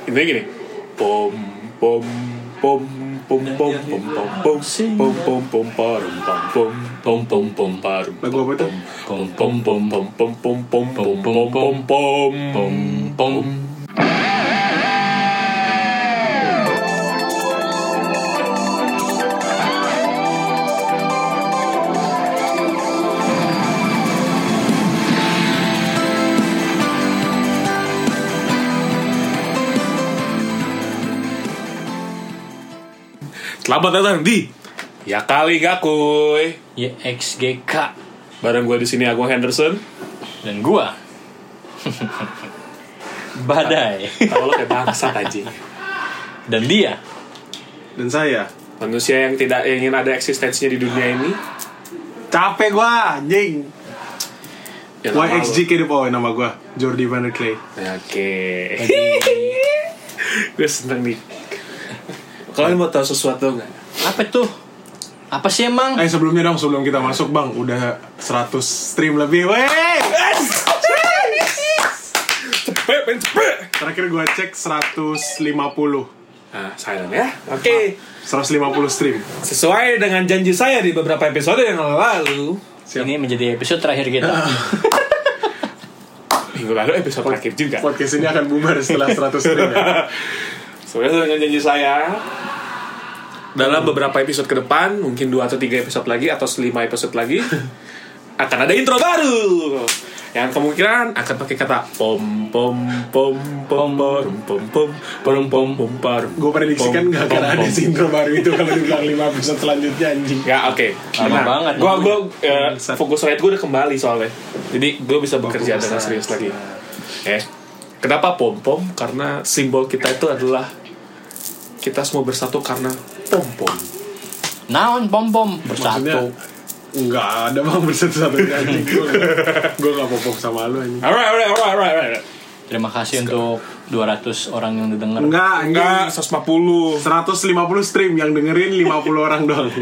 Intinya gini. Pom pom pom pom pom pom pom pom pom pom pom parum pom pom pom pom parum. Lagu apa itu? Pom pom pom pom pom pom pom pom pom pom pom pom. Selamat datang di Ya Kali Gak Kuy YXGK. Bareng gue di sini Agung Henderson Dan gua Badai. Tahu lo kayak bangsat aja. Dan dia. Dan saya. Manusia yang tidak ingin ada eksistensinya di dunia ini. Capek gua, anjing. Ya, nama YXGK di bawah nama gua, Jordi Van der Clay. Oke. Gue seneng nih. Kalian mau tahu sesuatu nggak? Apa tuh? Apa sih emang? Sebelum kita masuk bang, udah 100 stream lebih. Weh! Cepet. Terakhir gua cek 150. Nah, silent ya. Oke. 150 stream. Sesuai dengan janji saya di beberapa episode yang lalu. Siap. Ini menjadi episode terakhir kita. Minggu lalu episode terakhir juga. Podcast ini akan bubar setelah 100 stream ya. Sesuai dengan janji saya, dalam beberapa episode ke depan, mungkin 2 atau 3 episode lagi atau 5 episode lagi, akan ada intro baru yang kemungkinan akan pakai kata pom pom pom pom pom pom pom pom pom pom pom. Gue prediksikan gak akan ada intro baru itu kalau dibilang 5 episode selanjutnya anjing. Ya oke. Lama banget. Gue fokus rate gue udah kembali soalnya, jadi gue bisa bekerja dengan serius lagi. Kenapa pom pom? Karena simbol kita itu adalah kita semua bersatu karena pom pom. Naon pom-pom Maksudnya, bersatu. enggak ada bang bersatu-satunya anjing. Gue gak pop-pop sama lu anjing. Alright. Terima kasih untuk 200 orang yang didengar. Enggak 150. 150 stream yang dengerin 50 orang doang.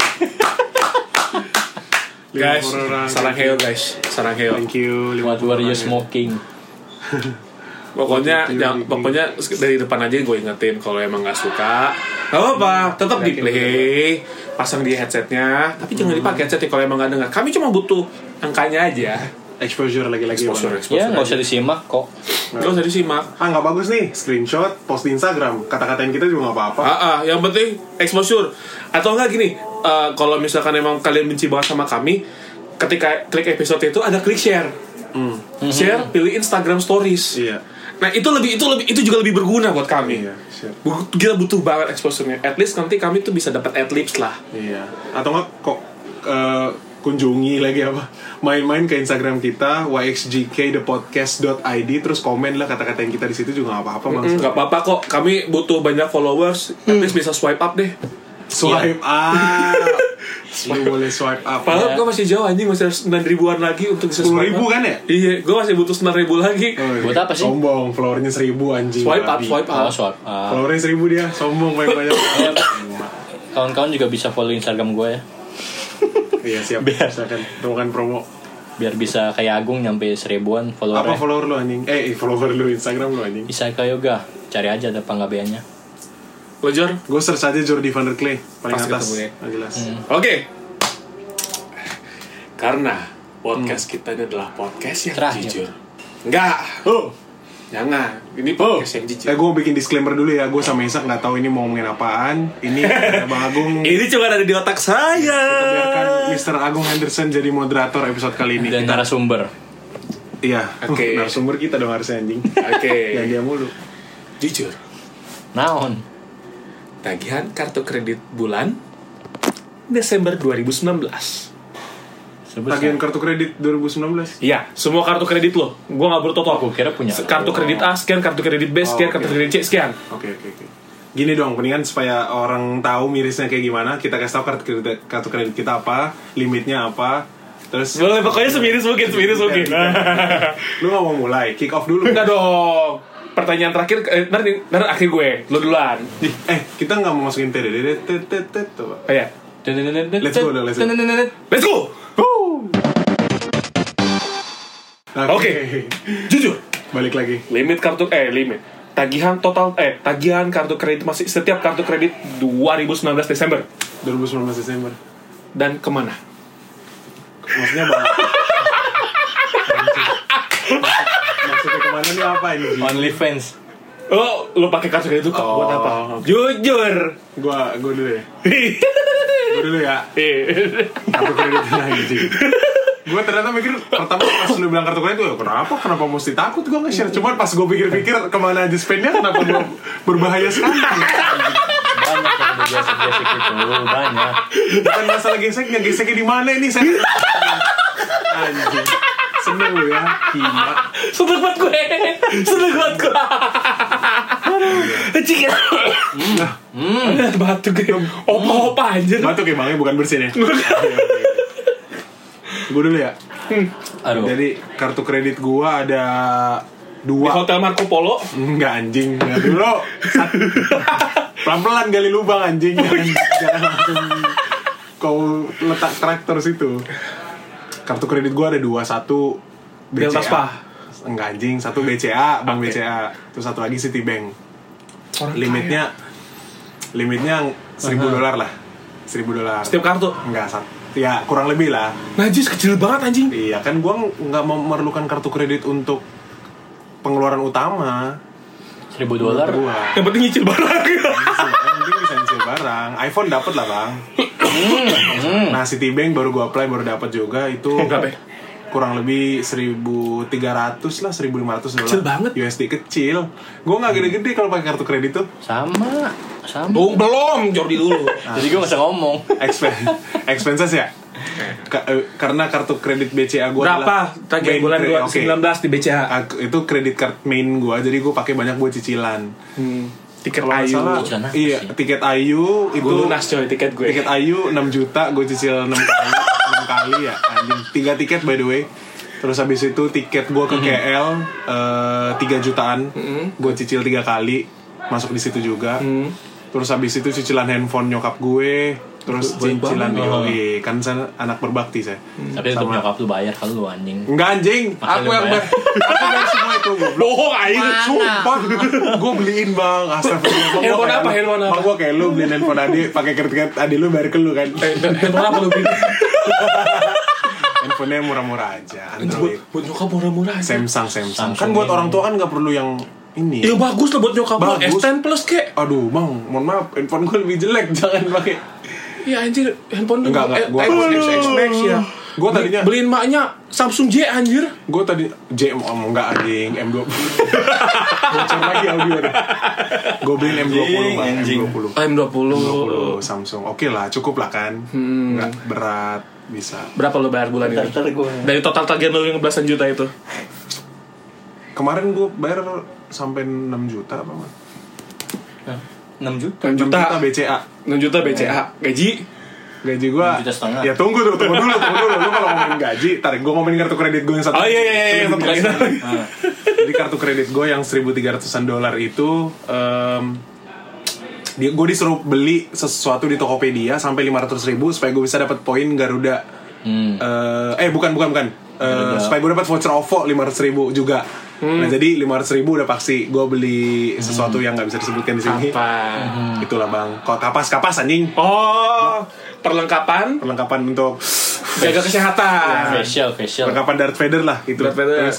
Guys, 50 orang. sarang heo guys. Sarang heo. Thank you. What 50 were you orang. smoking? Pokoknya dari depan aja gue ingetin kalau emang nggak suka, nggak apa-apa, tetap di play, pasang di headsetnya, tapi jangan dipakai headsetnya kalau emang nggak dengar. Kami cuma butuh angkanya aja. Exposure lagi-lagi Exposure. Ya nggak usah disimak kok. Nggak usah disimak. Nggak bagus nih screenshot post di Instagram, kata-katain kita juga nggak apa-apa. Yang penting exposure. Atau enggak gini, kalau misalkan emang kalian benci banget sama kami, ketika klik episode itu ada klik share. Share, pilih Instagram Stories. Iya. Nah itu juga lebih berguna buat kami. Iya, sure. Kita butuh banget exposure-nya. At least nanti kami tuh bisa dapat adlibs lah. Iya. Atau nggak kok kunjungi lagi apa? Main-main ke Instagram kita yxgkthepodcast.id terus komen lah kata-kata yang kita di situ juga nggak apa-apa bang. Nggak apa-apa kok. Kami butuh banyak followers. At least bisa swipe up deh. Swipe up. Lu boleh swipe up. Padahal gue masih jauh anjing, masih 9.000-an lagi untuk bisa swipe 10.000 up. kan ya? Iya, gue masih butuh 9.000 lagi. Buat apa sih? Sombong, followernya 1.000 anjing. Swipe up, babi. swipe Oh, up. swap. Followernya 1.000 dia, sombong banyak-banyak. Kawan-kawan juga bisa follow Instagram gue ya. Iya siap. Silakan promo. Biar bisa kayak Agung nyampe 1.000-an Apa followernya. follower lu anjing? Follower lu Instagram lu anjing. Bisa ke yoga. Cari aja ada penggabeannya. Lo Jor? Gue search aja Jordi Van der Clay paling Pasti atas. ketemu ya. Nggak jelas. Oke. Karena podcast kita ini adalah podcast yang Terakhir. jujur. Enggak. Jangan. Ini podcast yang jujur. Gue bikin disclaimer dulu ya. Gue sama Isak nggak tahu ini mau ngomongin apaan. Ini Bang Agung. Ini cuma ada di otak saya. Kita biarkan Mr. Agung Henderson jadi moderator episode kali ini. Dan narasumber. Iya. Oke. Narasumber kita dong harusnya anjing. Oke. Yang dia mulu. Jujur. Naon? Tagihan kartu kredit bulan Desember 2019. Tagihan kartu kredit 2019. Iya, semua kartu kredit lo. Gue gak bertoto. Aku kira punya. Kartu kredit A sekian, kartu kredit B sekian, Oh, kartu oke. kredit C sekian. Oke. Gini dong, mendingan supaya orang tahu mirisnya kayak gimana, kita kasih tahu kartu kredit kita apa, limitnya apa, terus Boleh, pokoknya semiris mungkin. lu nggak mau mulai, kick off dulu. Enggak dong. Pertanyaan terakhir, ntar akhir gue. Lo duluan. Kita nggak mau masukin tuh. Oh ya. Let's go. Let's go. Oke. Jujur. Balik lagi. Limit. tagihan kartu kredit masih setiap kartu kredit 2019 Desember. 2019 Desember. Dan kemana? Maksudnya bang. Maksudnya kemana nih apa ini? OnlyFans. Oh, lo pakai kartu kredit itu buat apa? Okay. Jujur. Gua dulu ya. Gue dulu ya. Kartu kredit anjing. Gue ternyata mikir pertama pas lu bilang kartu kredit, kenapa mesti takut gue nge-share. Cuman pas gue pikir-pikir kemana aja spendnya, kenapa gue berbahaya sekali. Banyak yang udah gesek-gesek itu, banyak. Bukan masalah geseknya di mana ini saya. Anjing. Seneng lu ya, gila. Seneng banget gue. Cik ya. Batuk gue. Opa aja. Batuk ya bang, bukan bersin ya. Gue dulu ya. Aduh. Jadi kartu kredit gue ada 2. Di Hotel Marco Polo. Enggak anjing, enggak dulu. Pelan-pelan gali lubang anjing. Jangan langsung kau letak traktor situ. Kartu kredit gue ada 2, 1 BCA. Delta Spa. Enggak anjing, 1 BCA, Bank BCA. Terus 1 lagi Citibank. Limitnya $1,000 lah. $1,000. Setiap kartu. Enggak, ya kurang lebih lah. Najis kecil banget anjing. Iya kan gue nggak memerlukan kartu kredit untuk pengeluaran utama. $1,000. Yang penting nyicil barang. Yang penting bisa nyicil barang. iPhone dapet lah bang. Nah Citibank baru gue apply, baru dapat juga itu. Kurang lebih 1.300 lah, $1.500. Kecil banget. USD kecil. Gue nggak gede-gede kalau pakai kartu kredit tuh. Sama. Belum, Jordi dulu. Jadi gue gak usah ngomong. Expenses ya. Karena kartu kredit BCA gue berapa tagihan bulan 2019 di BCA? Itu kredit card main gue, jadi gue pakai banyak buat cicilan. Tiket Kalau Ayu. salah, iya, tiket Ayu itu gue lunas coy tiket gue. Tiket Ayu 6 juta, gue cicil 6 kali ya. Anjing, 3 tiket by the way. Terus habis itu tiket gue ke KL 3 jutaan. Gue cicil 3 kali, masuk di situ juga. Terus habis itu cicilan handphone nyokap gue. Terus cicilan yoi, kan saya anak berbakti saya. Tapi tetap nyokap lu bayar kalau lu anjing. Enggak anjing, aku yang bayar. Aku bayar semua itu. Bohong aja. Sumpah, gue beliin bang. Astagfirullah. Handphone apa? Handphone apa? Bang gue kayak lu beliin handphone Adi, pakai kredit Adi lu bayar ke lu kan. Handphone apa lu beli? Handphonenya murah-murah aja, Android. Buat nyokap murah-murah aja. Samsung. Kan buat orang tua kan nggak perlu yang ini. Ya bagus lah buat nyokap lo. S10 Plus kek. Aduh bang, mohon maaf, handphone gue lebih jelek, jangan pakai. Ya anjir, handphone lu enggak, gue X Max ya. Gue tadinya beliin maknya Samsung J anjir. Gue tadi J enggak anjing, M20. Bocor lagi audio deh. Gue beliin M20 bang, M20 Samsung. Oke lah, cukup lah kan. Enggak berat, bisa. Berapa lo bayar bulan ini? Dari total tagihan lo yang belasan juta itu? Kemarin gue bayar sampai 6 juta apa man? 6 juta BCA. 6 juta BCA. Gaji gue 6,5 juta. Ya tunggu dulu. Lu kalau ngomongin gaji, tarik gue ngomongin kartu kredit gue yang satu. Oh iya. Jadi kartu kredit gue yang $1,300 itu gue disuruh beli sesuatu di Tokopedia sampai 500.000 supaya gue bisa dapat poin Garuda. Bukan. Supaya gue dapat voucher OVO 500.000 juga. Nah jadi 500.000 udah pasti gue beli sesuatu yang nggak bisa disebutkan di sini. Itulah bang. Kok kapas anjing? Oh, perlengkapan untuk jaga kesehatan. Facial. Perlengkapan Darth Vader lah itu. Terus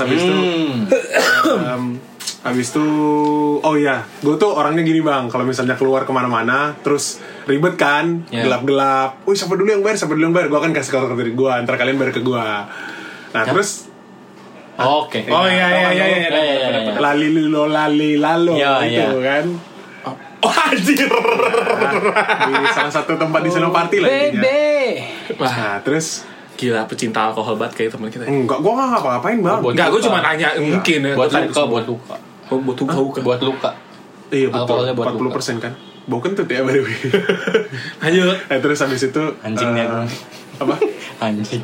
habis itu oh iya, gue tuh orangnya gini bang. Kalau misalnya keluar kemana-mana, terus ribet kan, gelap-gelap. Siapa dulu yang bayar? Gue akan kasih kartu kredit gue. Antar kalian bayar ke gue. Nah terus Oke. Oh iya. Lali lalo itu kan. Oh anjir. Di salah satu tempat di Senopati lah intinya. Nah, terus gila pecinta alkohol banget kayak teman kita. Enggak, gua enggak ngapa-ngapain, Bang. Enggak, gua cuma nanya mungkin ya. Buat luka. Oh, buat luka. Iya, betul. Alkoholnya buat 40% kan. Bau kentut ya, by the way. Lanjut. Terus habis itu anjingnya apa? Anjing.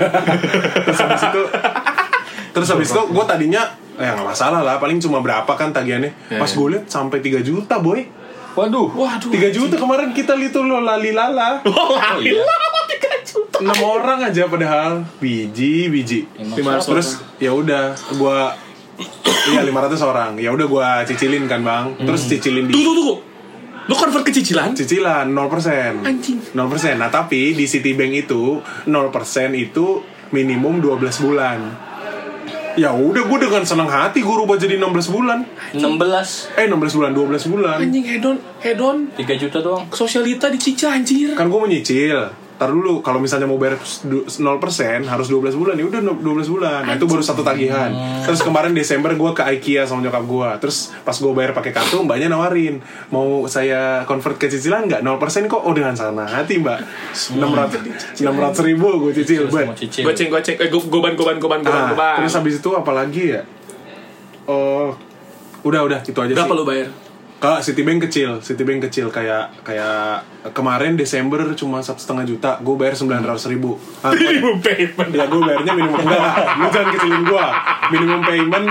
Terus habis itu gue tadinya nggak masalah lah, paling cuma berapa kan tagihannya. Pas gue liat sampai 3 juta boy. Waduh 3 juta kemarin kita lihat tuh lo lali-lala. Lali-lala 3 juta. 6 orang aja padahal. Biji. Terus ya udah gue Iya 500 orang. Ya udah gue cicilin kan bang. Terus cicilin di Tunggu. Lu convert ke cicilan? cicilan 0%. Anjing. 0%. Nah tapi di Citibank itu 0% itu minimum 12 bulan. Ya udah gue dengan senang hati gue rubah jadi 16 bulan. 16 16 bulan, 12 bulan. Anjing hedon 3 juta doang. sosialita dicicil anjir. Kan gue mau nyicil. Ntar dulu kalau misalnya mau bayar 0% harus 12 bulan. Ya udah 12 bulan. Nah itu baru satu tagihan. Terus kemarin Desember gue ke IKEA sama nyokap gue. Terus pas gue bayar pakai kartu, mbaknya nawarin, mau saya convert ke cicilan nggak? 0% kok. Oh dengan senang hati mbak. 600 ribu gue cicil. Semua cicil. Goceng goban. Terus habis itu apalagi ya? Oh, udah itu aja Berapa sih. lu bayar? Kak, Citibank kecil kayak kemarin Desember cuma 1,5 juta, gue bayar 900 ribu. Minimum payment. Ya gue bayarnya minimum enggak, lu jangan kecilin gue. Minimum payment.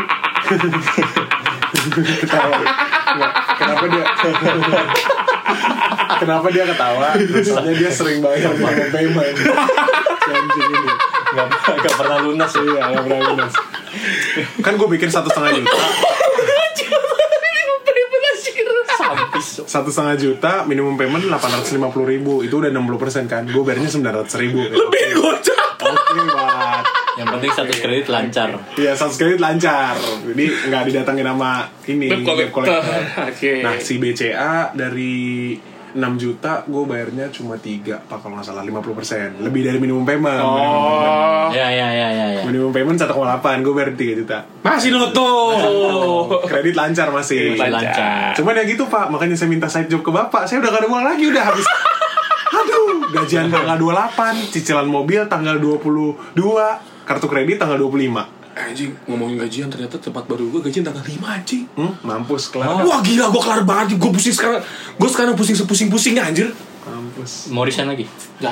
Ketawa. Nggak, kenapa dia ketawa? Soalnya dia sering bayar minimum payment. Anjing ini. Gak pernah lunas ya. Iya, nggak pernah lunas. Kan gue bikin 1,5 juta. 1,5 juta minimum payment 850 ribu. Itu udah 60% kan. Gue bayarnya 900 ribu. Lebih gocap. Oke banget. Yang penting satu kredit lancar. Iya, satu kredit lancar. Jadi nggak didatangin sama ini Debt collector. Oke. Nah si BCA dari 6 juta gue bayarnya cuma 3 Pak kalau nggak salah 50%. Lebih dari minimum payment. Oh. Ya. Minimum payment 1,8, gue bayar 3 juta. Masih nutup. Kredit lancar masih. Lancar. Cuman ya gitu Pak, makanya saya minta side job ke Bapak. Saya udah gak ada uang lagi, udah habis. Aduh, gajian tanggal 28, cicilan mobil tanggal 22, kartu kredit tanggal 25. Anjing, ngomongin gajian ternyata tempat baru gue gajian tanggal 5 anjing. Mampus kelar. Wah gila, gue kelar banget. Gue pusing sekarang. Gue sekarang pusing-pusingnya anjir. Mampus. Mau resign lagi?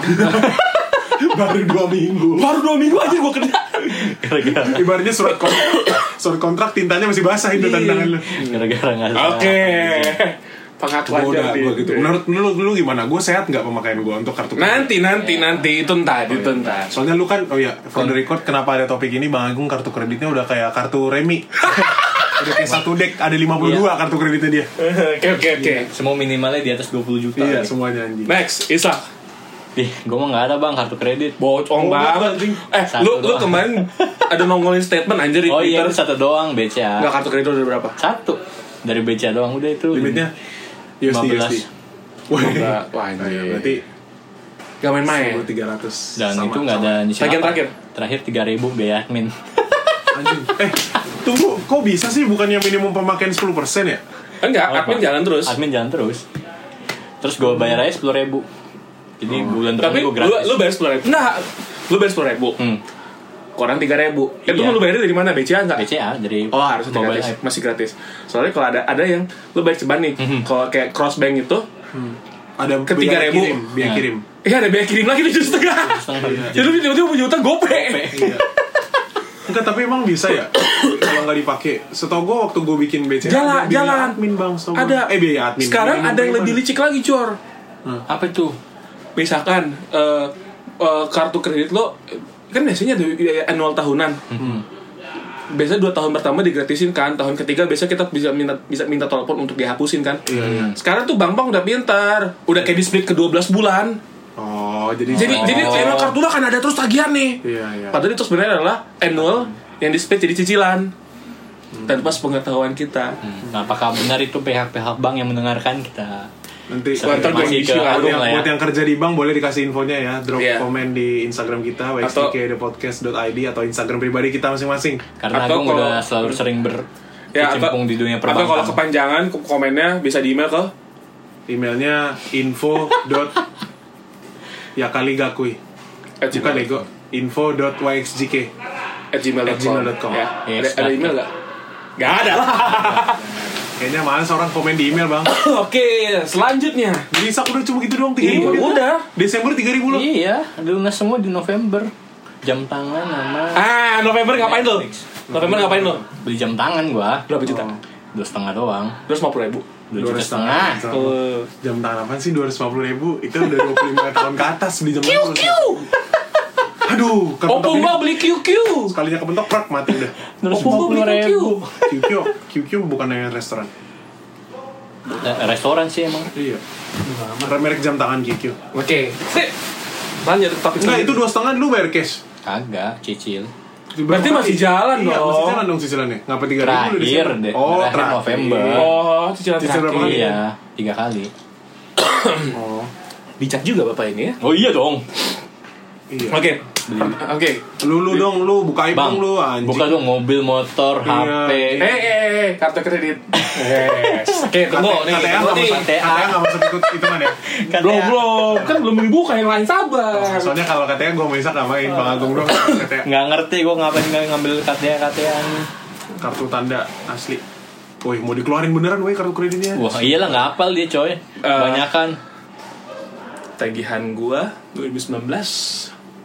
Baru 2 minggu. Baru 2 minggu aja gue kerja. Gara-gara Ibaratnya surat kontrak tintanya masih basah itu tangan lu. Gara-gara nggak. Oke. Pengakuan Udah jadi. gue gitu. Menurut lu gimana? Gue sehat nggak pemakaian gue untuk kartu kredit? Nanti itu entar. Soalnya lu kan, for the record, kenapa ada topik ini Bang Agung kartu kreditnya udah kayak kartu remi. Udah kayak satu deck ada 52 kartu kreditnya dia. Oke. Semua minimalnya di atas 20 juta. Iya, lagi. semuanya anjing. Next, Isa. Ih, gue mah nggak ada bang kartu kredit. Bocong banget. Satu Lu doang. kemarin ada nongolin statement anjir di Oh iya, Twitter. itu satu doang BCA. Enggak, kartu kredit udah berapa? Satu dari BCA doang udah itu. Limitnya USD. 15. Wah, Wah, anjir. berarti Gak main-main. 1.300. Dan itu nggak ada nyicil. Bagian apa. terakhir? Terakhir 3.000 biaya admin. Anjing. Tunggu, kok bisa sih bukannya minimum pemakaian 10% ya? Enggak, admin jalan terus. Admin jalan terus. Terus gue bayar aja 10.000. Jadi bulan depan Tapi gue gratis. lu bayar 10.000. Enggak. Lu bayar 10.000. Koran 3.000. Itu Iya. lu bayarnya dari mana? BCA enggak? BCA dari Oh, harusnya mobile gratis. app. Masih gratis. Soalnya kalau ada yang lu bayar ceban nih. Kalau kayak cross bank itu Ada Ke biaya 3.000. kirim, biaya Nah. kirim. ada biaya kirim lagi 7,5. Jadi lu tiba-tiba punya utang gope. Iya. Enggak, tapi emang bisa ya kalau nggak dipakai. Setahu gue waktu gue bikin BCA ada biaya Jalan. admin bang. Ada. Biaya admin. Sekarang Minimum ada yang lebih payment. licik lagi, Cor. Apa itu? Misalkan kartu kredit lo kan biasanya ada annual tahunan. Biasanya 2 tahun pertama digratisin kan, tahun ketiga biasanya kita bisa minta telepon untuk dihapusin kan. Iya. Sekarang tuh bank-bank udah pintar, udah kayak di split ke 12 bulan. Oh, jadi Jadi kartu lo kan ada terus tagihan nih. Iya. Padahal itu sebenarnya adalah annual yang di split jadi cicilan. Tanpa sepengetahuan kita. Nah, apakah benar itu pihak-pihak bank yang mendengarkan kita? nanti Ntar gue Masih issue ke lah. Agung lah ya. buat yang kerja di bank boleh dikasih infonya ya, drop Iya. komen di Instagram kita wxtkthepodcast.id atau Instagram pribadi kita masing-masing. Karena Atau Agung kalau- udah selalu sering Ya, berkecimpung di dunia atau kalau perbankan. kepanjangan komennya bisa di email ke Emailnya info.yakaligakui bukan ego info.yxjk @gmail.com. Ya. Yes, Ada email nggak? Nggak ada lah. kayaknya males orang komen di email bang. Oke, selanjutnya. Jadi Sak udah cuma gitu doang, 3.000 Iya, gitu. udah. Desember 3.000 loh. Iya, ada lunas semua di November. Jam tangan sama November ngapain lo? November ngapain lo? beli jam tangan gua. Berapa juta? 2,5 doang. 250.000. 2,5 juta. Jam tangan apaan sih 250.000? Itu udah 25 tahun ke atas beli jam tangan. Aduh, Oppo gua beli QQ. sekalinya kebentok prak mati udah. Terus Oppo gua beli QQ. QQ bukannya restoran. Restoran sih emang. Iya. Merek jam tangan QQ. Oke. Lanjut ke topik Enggak, itu selanjutnya. 2,5 lu bayar cash. Kagak, cicil. Berarti masih jalan Iya, dong. masih jalan dong cicilannya. Ngapa 3.000 udah Terakhir Desember? deh. Oh, terakhir November. Oh, cicilan Cicil berapa terakhir. kali? Iya, 3 kali. Oh. Dicat juga bapak ini ya. Oh iya dong. Iya. Oke. Oke. Lu dong, lu buka Bang, iPhone lu anjing. buka dong mobil, motor, Iya. HP. Kartu kredit. Oke, tunggu nih. KTA tunggu nggak nih. masuk, KTA nggak masuk ikut hitungan ya. Belum. Kan belum dibuka yang lain, sabar. Soalnya kalau KTA gue bisa nggak main, Bang Agung dong KTA. Nggak ngerti gue ngapain ngambil KTA-KTA-an. Kartu tanda asli. Woi, mau dikeluarin beneran woi kartu kreditnya. Wah iyalah nggak hafal dia coy. Banyakan. Tagihan gua 2019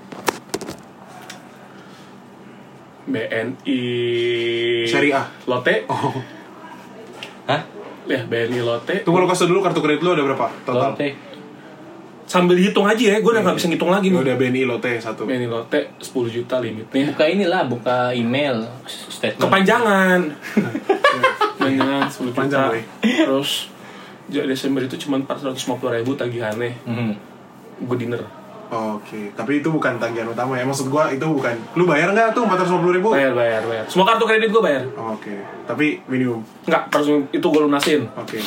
BNI Seri A. Lotte. Oh. Hah? Ya, BNI Lotte. Tunggu lu kasih dulu kartu kredit lu ada berapa total? Lotte. Sambil dihitung aja ya, gue udah nggak bisa ngitung lagi Ya nih. udah BNI Lotte 1. BNI Lotte 10 juta limitnya. Buka inilah, buka email statement. Kepanjangan. Kepanjangan 10 juta. Panjang, woy. Terus Desember itu cuma 450.000 tagihannya. Gue dinner. Oke, tapi itu bukan tagihan utama ya. Maksud gua itu bukan. Lu bayar nggak tuh 450.000? Bayar. Semua kartu kredit gue bayar. Oke, tapi minimum. Enggak, itu gue lunasin. Oke.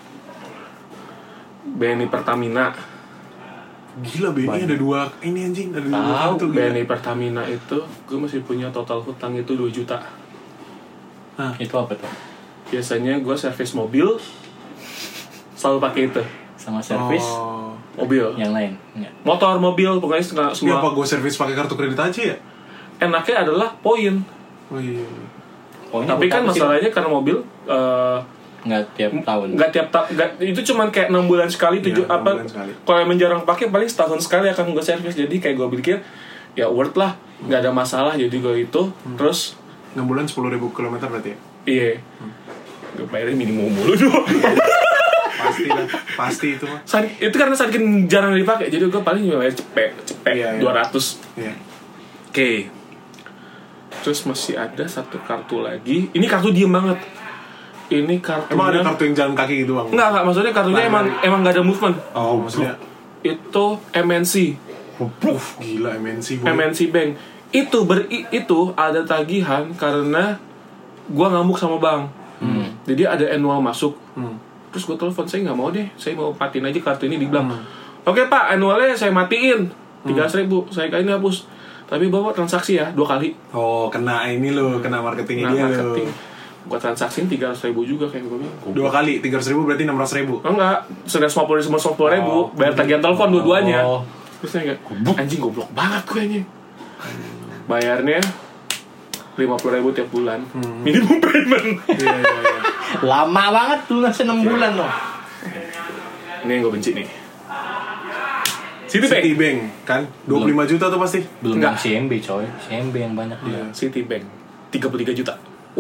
BNI Pertamina. Gila BNI ada dua. Ini anjing ada dua Tahu, kartu. gila. BNI Pertamina itu gue masih punya total hutang itu 2 juta. Itu apa tuh? Biasanya gue servis mobil selalu pakai itu. Sama servis Oh. Mobil. yang lain. Enggak. Motor, mobil, pokoknya Ini semua. apa gue servis pakai kartu kredit aja ya? Enaknya adalah poin. Oh iya. Pokoknya Tapi kan utang sih, masalahnya karena mobil nggak tiap tahun. nggak tiap itu cuman kayak 6 bulan sekali, Iya, 7 6 apa. bulan sekali. Kalau emang jarang pakai paling setahun sekali akan gue servis. Jadi kayak gue pikir ya worth lah, nggak ada masalah. Jadi gue itu terus 6 bulan 10.000 kilometer berarti ya? iya. Gue bayarnya minimum mulu dong. Pasti lah, pasti itu mah. Itu karena saking jarang dipakai, jadi gue paling cuma bayar cepet Iya, iya. 200. Iya. Oke. Terus masih ada satu kartu lagi. Ini kartu diem banget. Ini kartunya. Emang ada kartu yang jalan kaki gitu bang? Enggak, maksudnya kartunya emang gak ada movement. Oh maksudnya. Itu MNC, Gila MNC boy. MNC Bank. Itu ada tagihan karena gua ngamuk sama bank. Jadi ada annual masuk. Terus gue telepon, saya nggak mau deh, saya mau matiin aja kartu ini. Dibilang, oke pak, annualnya saya matiin 300.000, saya kali ini hapus. Tapi bawa transaksi ya 2 kali. Oh kena ini lo, kena marketingnya Nah, dia lo. marketing. Gua transaksiin 300.000 juga kayak gue bilang. 2 kali 300.000 berarti 600.000. Oh, enggak, 150.000 Oh. bayar tagihan telepon dua-duanya. Oh. Terus saya kayak, anjing goblok banget gue anjing. Bayarnya 50.000 tiap bulan. Minimum payment. Iya. Lama banget lunasnya 6 bulan loh. Ini yang gue benci nih. Citibank. Citibank kan 25 juta tuh pasti. Belum Enggak. yang CMB coy. CMB yang banyak dia. Citibank 33 juta.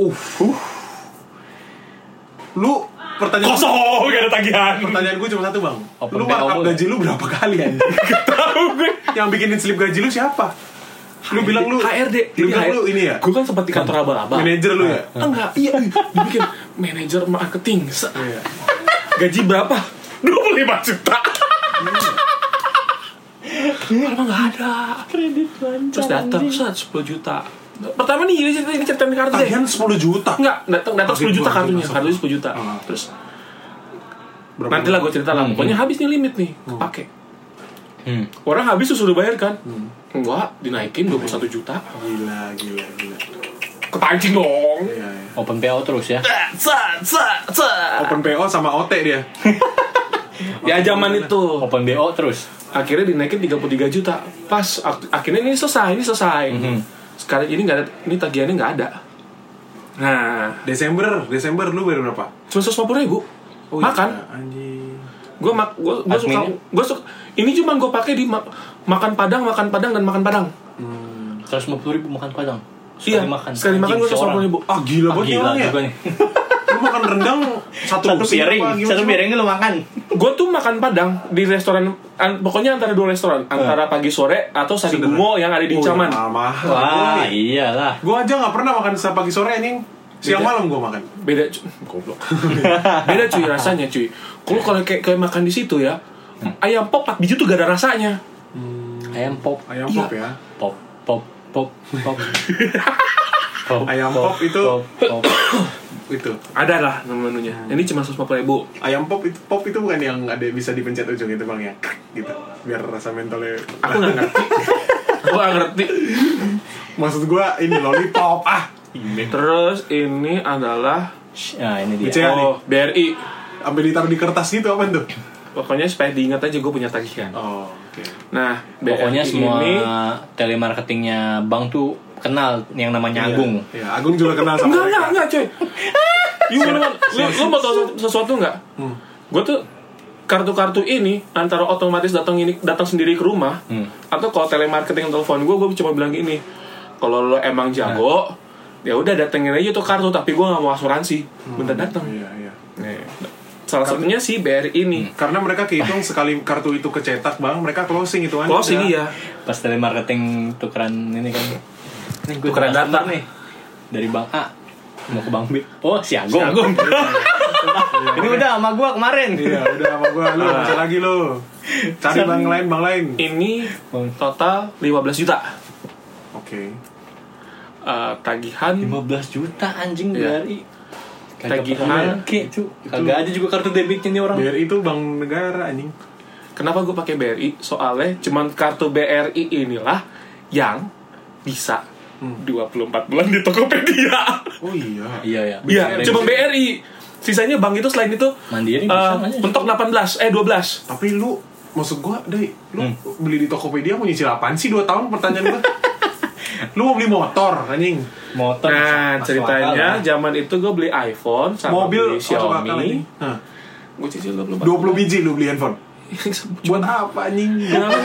Lu pertanyaan Kosong, gak ada tagihan. pertanyaan gue cuma satu bang. Open Lu BO markup lu. gaji lu berapa kali anjing? Tahu gue. Yang bikinin slip gaji lu siapa? Lu bilang lu HRD. Lu bilang lu ini ya? Gue kan sempat di kantor abal-abal. Manajer lu ya? Enggak, iya. Dibikin manajer marketing. Iya. Gaji berapa? 25 juta. Emang gak ada. Kredit lancar. Terus datang set 10 juta. Pertama nih ini cerita kartu deh. Tagihan 10 juta. Enggak, datang 10 juta kartunya. Masuk. Kartunya 10 juta. Ah. Terus Berapa nanti lah gue cerita lah. Pokoknya habis nih limit nih, kepake. Orang habis tuh suruh bayar kan? Enggak, dinaikin 21 juta. Gila. Kepancing dong. Iya. Open PO terus ya. Open PO sama OT dia. Ya zaman itu. Open BO terus. Akhirnya dinaikin 33 juta. Pas akhirnya ini selesai. Sekarang ini nggak ada, ini tagihannya nggak ada. Nah, Desember lu bayar berapa? cuma 150.000. Makan. Iya, anjing. Gue suka. Ini cuma gue pakai di makan padang dan makan padang. 150.000 makan padang. Iya. Sekali makan gue 150.000. Ah gila banget Gila orangnya. juga nih. Lu makan rendang satu piring lu makan. Gue tuh makan Padang di restoran, pokoknya antara 2 restoran, antara Pagi Sore atau Sari Bungo yang ada di Caman. Wah, iyalah. Gue aja nggak pernah makan pagi sore anjing. Siang malam gue makan. Beda, goblok. Beda cuy rasanya cuy. Kalau kayak makan di situ ya, ayam pop 4 biji tuh gak ada rasanya. Ayam pop ya. Pop. Ayam pop itu itu ada lah menunya. Ini cuma 150.000. ayam pop itu bukan yang ada bisa dipencet ujung itu bang ya, gitu biar rasa mentolnya. Aku nggak ngerti. Maksud gue ini lollipop ini. Terus ini adalah ini dia. BCA nih. BRI. Sampai ditaruh di kertas gitu apa tuh? Pokoknya supaya diingat aja gue punya tagihan. Oke. Nah, pokoknya BRI semua ini telemarketingnya bank tuh kenal yang namanya Agung. Iya, Agung juga kenal sama mereka. Enggak coy. Lu mau tahu sesuatu nggak? Gue tuh kartu-kartu ini antara otomatis datang sendiri ke rumah, atau kalau telemarketing telepon gue cuma bilang gini, kalau lo emang jago, ya udah datengin aja tuh kartu, tapi gue nggak mau asuransi, bentar datang. Iya. Salah satunya si BRI ini. Karena mereka kehitung sekali kartu itu kecetak bang, mereka closing itu kan. Closing iya. Pas telemarketing tukeran ini kan. Ini gue Tukeran data nih dari bank A mau ke bank B. Oh, si Agung. Ini udah sama gua kemarin. Iya, udah sama gua. Lu bisa lagi lu. Cari bank lain. Ini total 15 juta. Oke. Tagihan 15 juta anjing Iya. BRI. Tagihan Kagak ada juga kartu debitnya nih orang. BRI itu bank negara anjing. Kenapa gue pakai BRI? Soalnya cuman kartu BRI inilah yang bisa 24 bulan di Tokopedia. Oh iya. Iya. Iya, cuma BRI. Sisanya bank itu selain itu Mandiri bisa aja. mentok 12. Tapi lu maksud gua, lu beli di Tokopedia mau nyicil apaan sih 2 tahun pertanyaan gua? Lu mau beli motor anjing. Motor. Nah, ceritanya zaman itu gue beli iPhone sama Mobil beli Xiaomi. Nah, Gue cicil 24 20 biji lu beli handphone. Buat apa anjing?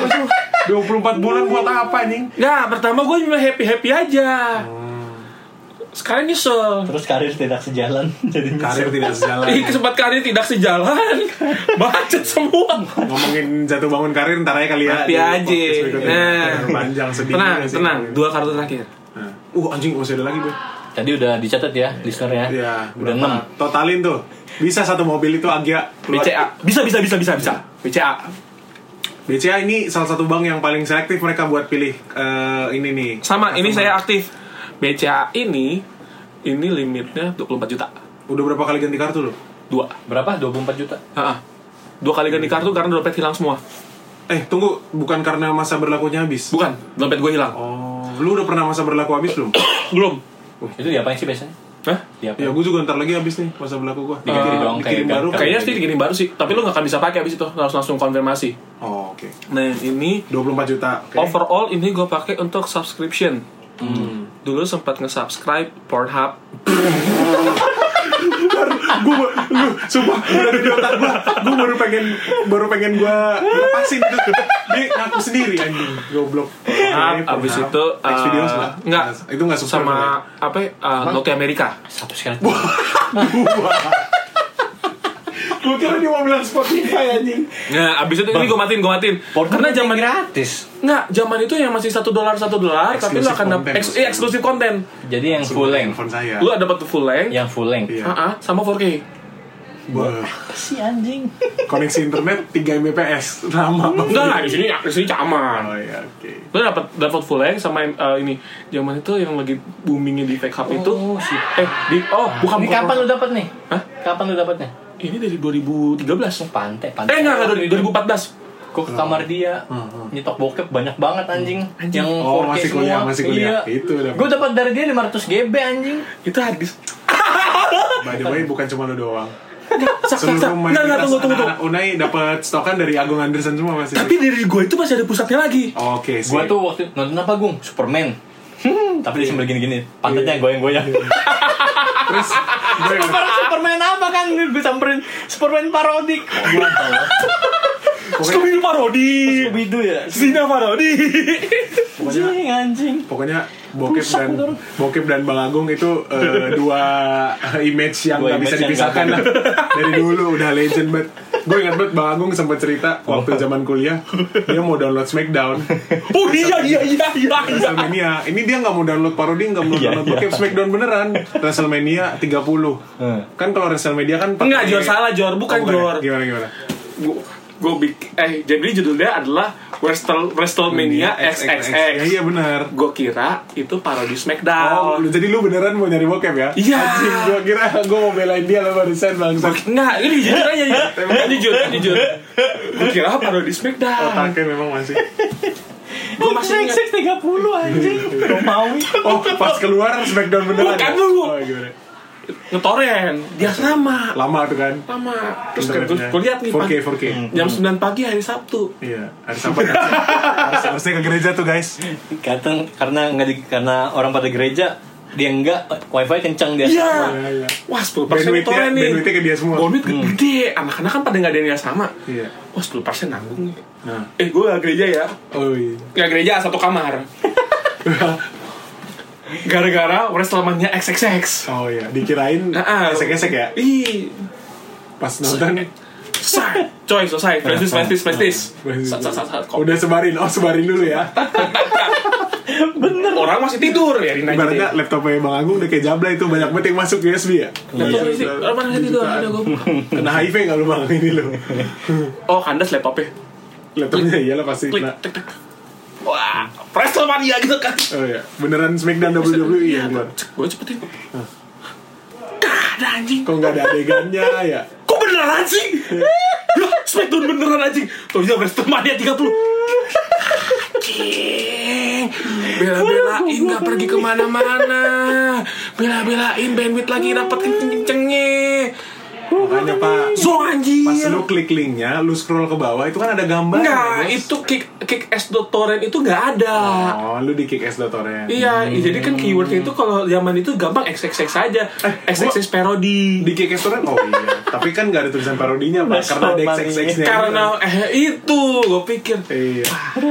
24 bulan buat apa anjing? Nah, pertama gue cuma happy aja. Sekarang nyesel. Terus karir tidak sejalan. Jadi Karir tidak sejalan. Sempat karir tidak sejalan. Macet semua. Ngomongin jatuh bangun karir ntar aja kali ya. Happy aja. Nah, panjang sedih. tenang. 2 kartu terakhir. Anjing masih ada lagi boy. tadi udah dicatat ya, listener ya. Iya, Udah 6. Totalin tuh. Bisa satu mobil itu Agia keluar. BCA. Bisa. BCA. BCA ini salah satu bank yang paling selektif mereka buat pilih ini nih. Sama, ini saya aktif. BCA ini limitnya 24 juta. Udah berapa kali ganti kartu lo? 2. Berapa? 24 juta. 2 kali ganti kartu karena dompet hilang semua. Tunggu, bukan karena masa berlakunya habis? Bukan, dompet gue hilang. Oh, lu udah pernah masa berlaku habis belum? Belum. Itu diapain sih biasanya? Hah? Ya, gue juga ntar lagi habis nih masa berlaku gue. Dikirim baru. Kayaknya sih dikirim baru sih, tapi lu gak akan bisa pakai habis itu, harus langsung konfirmasi. Oh, oke. Nah, ini 24 juta. Okay. overall ini gue pakai untuk subscription. Dulu sempat nge-subscribe Pornhub. gue sumpah udah di otak gue baru pengen gue lepasin itu dia ngaku sendiri anjing goblok. Abis itu Xvideos enggak, itu nggak sama apa Note Amerika. Satu sekali. Gue kira dia mau bilang Spotify anjing. Nah, abis itu ini gue matiin. Karena zaman gratis. Enggak, zaman itu yang masih $1 tapi lu akan dapat eksklusif konten. Jadi yang full length. Saya. Lu dapat full length. Yang full length. Iya. Sama 4K. Si anjing. Koneksi internet 3 Mbps. Lama banget. Enggak, di sini caman. Oh iya, oke. Lu dapat full length sama ini. Zaman itu yang lagi boomingnya di fake hub itu. Bukan. Ini kapan lu dapat nih? Hah? Kapan lu dapatnya? Ini dari 2013. Pantai. Enggak, dari 2014. Gue ke kamar dia, nyetok bokep banyak banget anjing. Yang 4K masih semua. masih kuliah. Iya. Itu dapat. Gue dapat dari dia 500 GB anjing. Itu hadis. By the way, bukan cuma lu doang. Enggak, tunggu. Anak Unai dapat stokan dari Agung Anderson semua masih. Tapi dari gue itu masih ada pusatnya lagi. Oke, Gue tuh waktu nonton apa Gung? Superman. Tapi dia sambil gini-gini, pantatnya goyang-goyang. Terus Superman apa kan? Gue samperin Superman parodik. Scooby-Doo parodi. Scooby-Doo ya. Zina parodi. Anjing. Pokoknya Bokep dan Bang Agung itu dua image yang Dua gak bisa image yang dipisahkan gak- lah. Dari dulu udah legend banget. Gue ingat banget Bang Agung sempat cerita waktu zaman kuliah dia mau download Smackdown. Oh iya. WrestleMania. Ini dia nggak mau download parodi, nggak mau download bokep. Smackdown beneran. WrestleMania 30. Kan kalau WrestleMania kan Enggak, Jor salah, Jor, bukan Jor. Gimana? Jadi judulnya adalah WrestleMania XXX. Iya benar. Gue kira itu parodi Smackdown. Jadi lu beneran mau nyari bokep ya? Iya. Anjing, gue kira gue mau belain dia lo barusan bangsat. Enggak, ini jujur aja ya. Jujur. Gue kira parodi Smackdown. Otaknya memang masih. Gue masih ingat. 30 anjing. Romawi. Oh, pas keluar Smackdown beneran. Bukan ya? dulu. Oh, gimana? Ngetoren, dia sama. Lama tuh kan. Terus kan gue lihat nih 4K. jam 9 pagi hari Sabtu. Iya, hari Sabat harusnya ke gereja tuh guys. Karena orang pada gereja dia enggak wifi kencang dia. Iya. Iya. Wah 10% Bandwidth-nya ngetoren nih. ke dia semua. Bandwidth gede. Anak-anak kan pada nggak ada yang sama. Iya. Wah 10% nanggung nih. Nah. Gue gak gereja ya. Oh iya. Gak gereja, satu kamar. Gara-gara WrestleMania XXX. Oh iya, dikirain esek-esek ya. Ih. Pas nonton Selesai. Prestis. udah sebarin dulu ya. Bener. Orang masih tidur ya. Ibaratnya laptopnya Bang Agung udah kayak Jabla itu banyak banget yang masuk USB ya. Orang masih tidur. Kena HIV nggak lu Bang ini lu? Oh, kandas laptopnya. Laptopnya iyalah pasti Klik. kena. Tek. Wah, WrestleMania gitu kan. Oh iya, beneran Smackdown WWE yang keluar. Gue cepetin. Gak ada anjing. Kok nggak ada adegannya ya? Kok beneran sih? Ya, Smackdown beneran anjing. Tuh bisa WrestleMania 30. Anjing. Bela-belain gak pergi kemana-mana. Bela-belain bandwidth lagi dapat kenceng-kencengnya. Makanya Pak, So anjing. pas lu klik linknya, lu scroll ke bawah itu kan ada gambar. Enggak, itu kick s.torrent itu nggak ada. Oh, lu di kick-s.torrent. Iya, jadi kan keywordnya itu kalau zaman itu gampang XXX saja. XXX parody. Di kick-s.torrent. Oh iya. Tapi kan nggak ada tulisan parodinya Pak, karena ada XXX-nya. Karena itu gue pikir. Iya.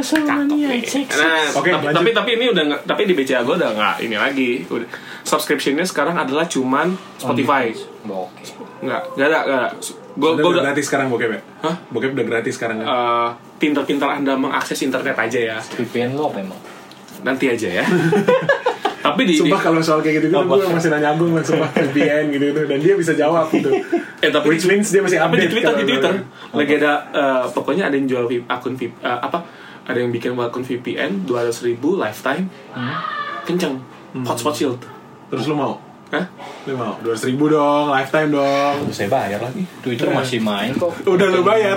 Nah, Oke, tapi ini udah nggak, tapi di BCA gue udah nggak ini lagi. Subscriptionnya sekarang adalah cuman Spotify. Nggak ada. Gue udah gratis sekarang bokep ya? Hah? Bokep udah gratis sekarang kan? Pintar-pintar Anda mengakses internet aja ya. VPN lo apa emang? Nanti aja ya. Tapi sumpah kalau soal kayak gitu gue masih nanya Agung kan sumpah VPN gitu dan dia bisa jawab gitu. Tapi which means dia masih tapi update. di Twitter lagi ada pokoknya ada yang jual akun ada yang bikin akun VPN 200.000 lifetime. Kenceng. Hotspot shield. Terus lu mau? Hah? Lu mau? 200.000 dong, lifetime dong. Saya bayar lagi. Twitter masih main kok. Udah lu bayar.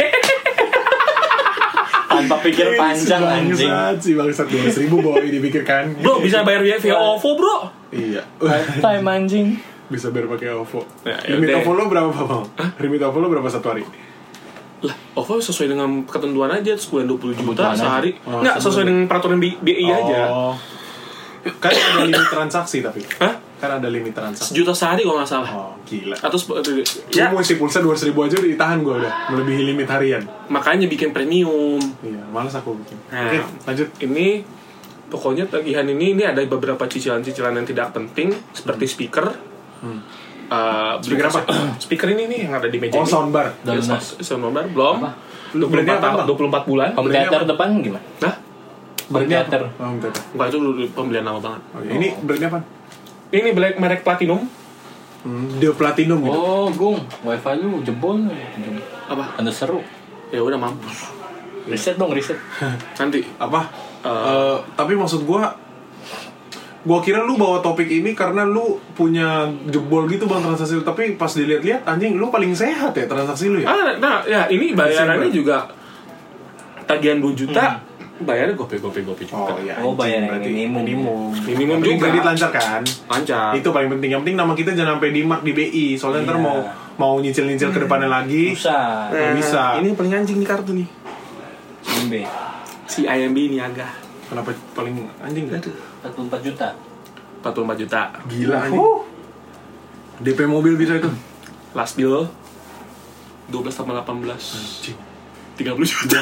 Tanpa pikir panjang anjing. Bangsat 200.000 boy dipikirkan. Bro bisa bayar via OVO bro. Iya. Time anjing. Bisa bayar pakai OVO. Ya, Limit yaudah. OVO lo berapa Bang? Limit OVO lo berapa satu hari? Lah OVO sesuai dengan ketentuan aja sebulan 20 juta Kebutuhan sehari. aja. Oh, Nggak sesuai dengan peraturan BI aja. Oh. Kan ada limit transaksi tapi. Hah? Kan ada limit transaksi. Sejuta sehari kalau nggak salah. Oh, gila. Atau Ya, mau isi pulsa 200.000 aja udah ditahan gue udah melebihi limit harian. makanya bikin premium. Iya, malas aku bikin. Nah, Oke, lanjut. Ini pokoknya tagihan ini ada beberapa cicilan-cicilan yang tidak penting seperti speaker. Speaker apa? Speaker ini nih yang ada di meja Oh, ini. soundbar. Dan Ya, soundbar belum. 24 bulan. Home theater depan gimana? Nah, Home theater. Oh, bentar. enggak itu pembelian lama banget. Oh, iya. Ini brandnya apa? Ini merek Platinum. The Platinum gitu. Oh, Gung, wifi lu jebol. Apa? Anda seru. Ya udah mampus. Riset dong, riset. Nanti Apa? Tapi maksud gua kira lu bawa topik ini karena lu punya jebol gitu bang transaksi lu. Tapi pas dilihat-lihat anjing lu paling sehat ya transaksi lu ya. nah ya ini bayarannya juga tagihan 2 juta. Bayarnya gope juga. Oh iya. Oh, bayar yang berarti minimum. Minimum Yang penting juga. kredit lancar kan. Lancar. Itu paling penting. Yang penting nama kita jangan sampai di mark di BI. Soalnya ntar mau nyicil ke depannya lagi. Susah. Nggak bisa. Ini yang paling anjing nih kartu nih. IMB. Si IMB Niaga. Kenapa paling anjing? Aduh. 44 juta. 44 juta. Gila anjing. DP mobil bisa itu. Last bill 12 tambah 18. Anjing. 30 juta.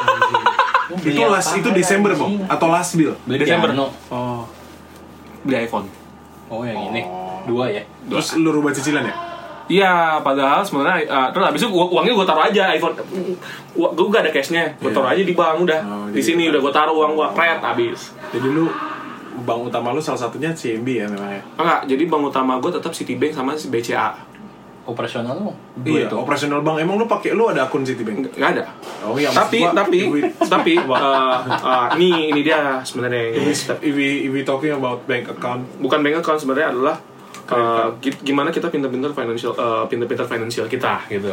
Itu Desember, Bang, atau last bill? Beli Desember. piano. Oh. Beli iPhone. Oh yang ini 2 ya. Terus lu rubah cicilan ya? Iya, padahal sebenarnya terus habis itu uangnya gue taruh aja iPhone. Gue gak ada cashnya, gue taruh aja di bank udah. Di sini udah gue taruh uang gue kret habis. Jadi lu bank utama lu salah satunya CIMB ya memang ya? Enggak, jadi bank utama gue tetap Citibank sama BCA. Operasional lu? Iya, operasional bank. Emang lu ada akun Citibank? Nggak ada. Oh iya. Tapi ini dia sebenarnya. If we talking about bank account, Bukan bank account sebenarnya adalah gimana kita pintar-pintar financial kita gitu.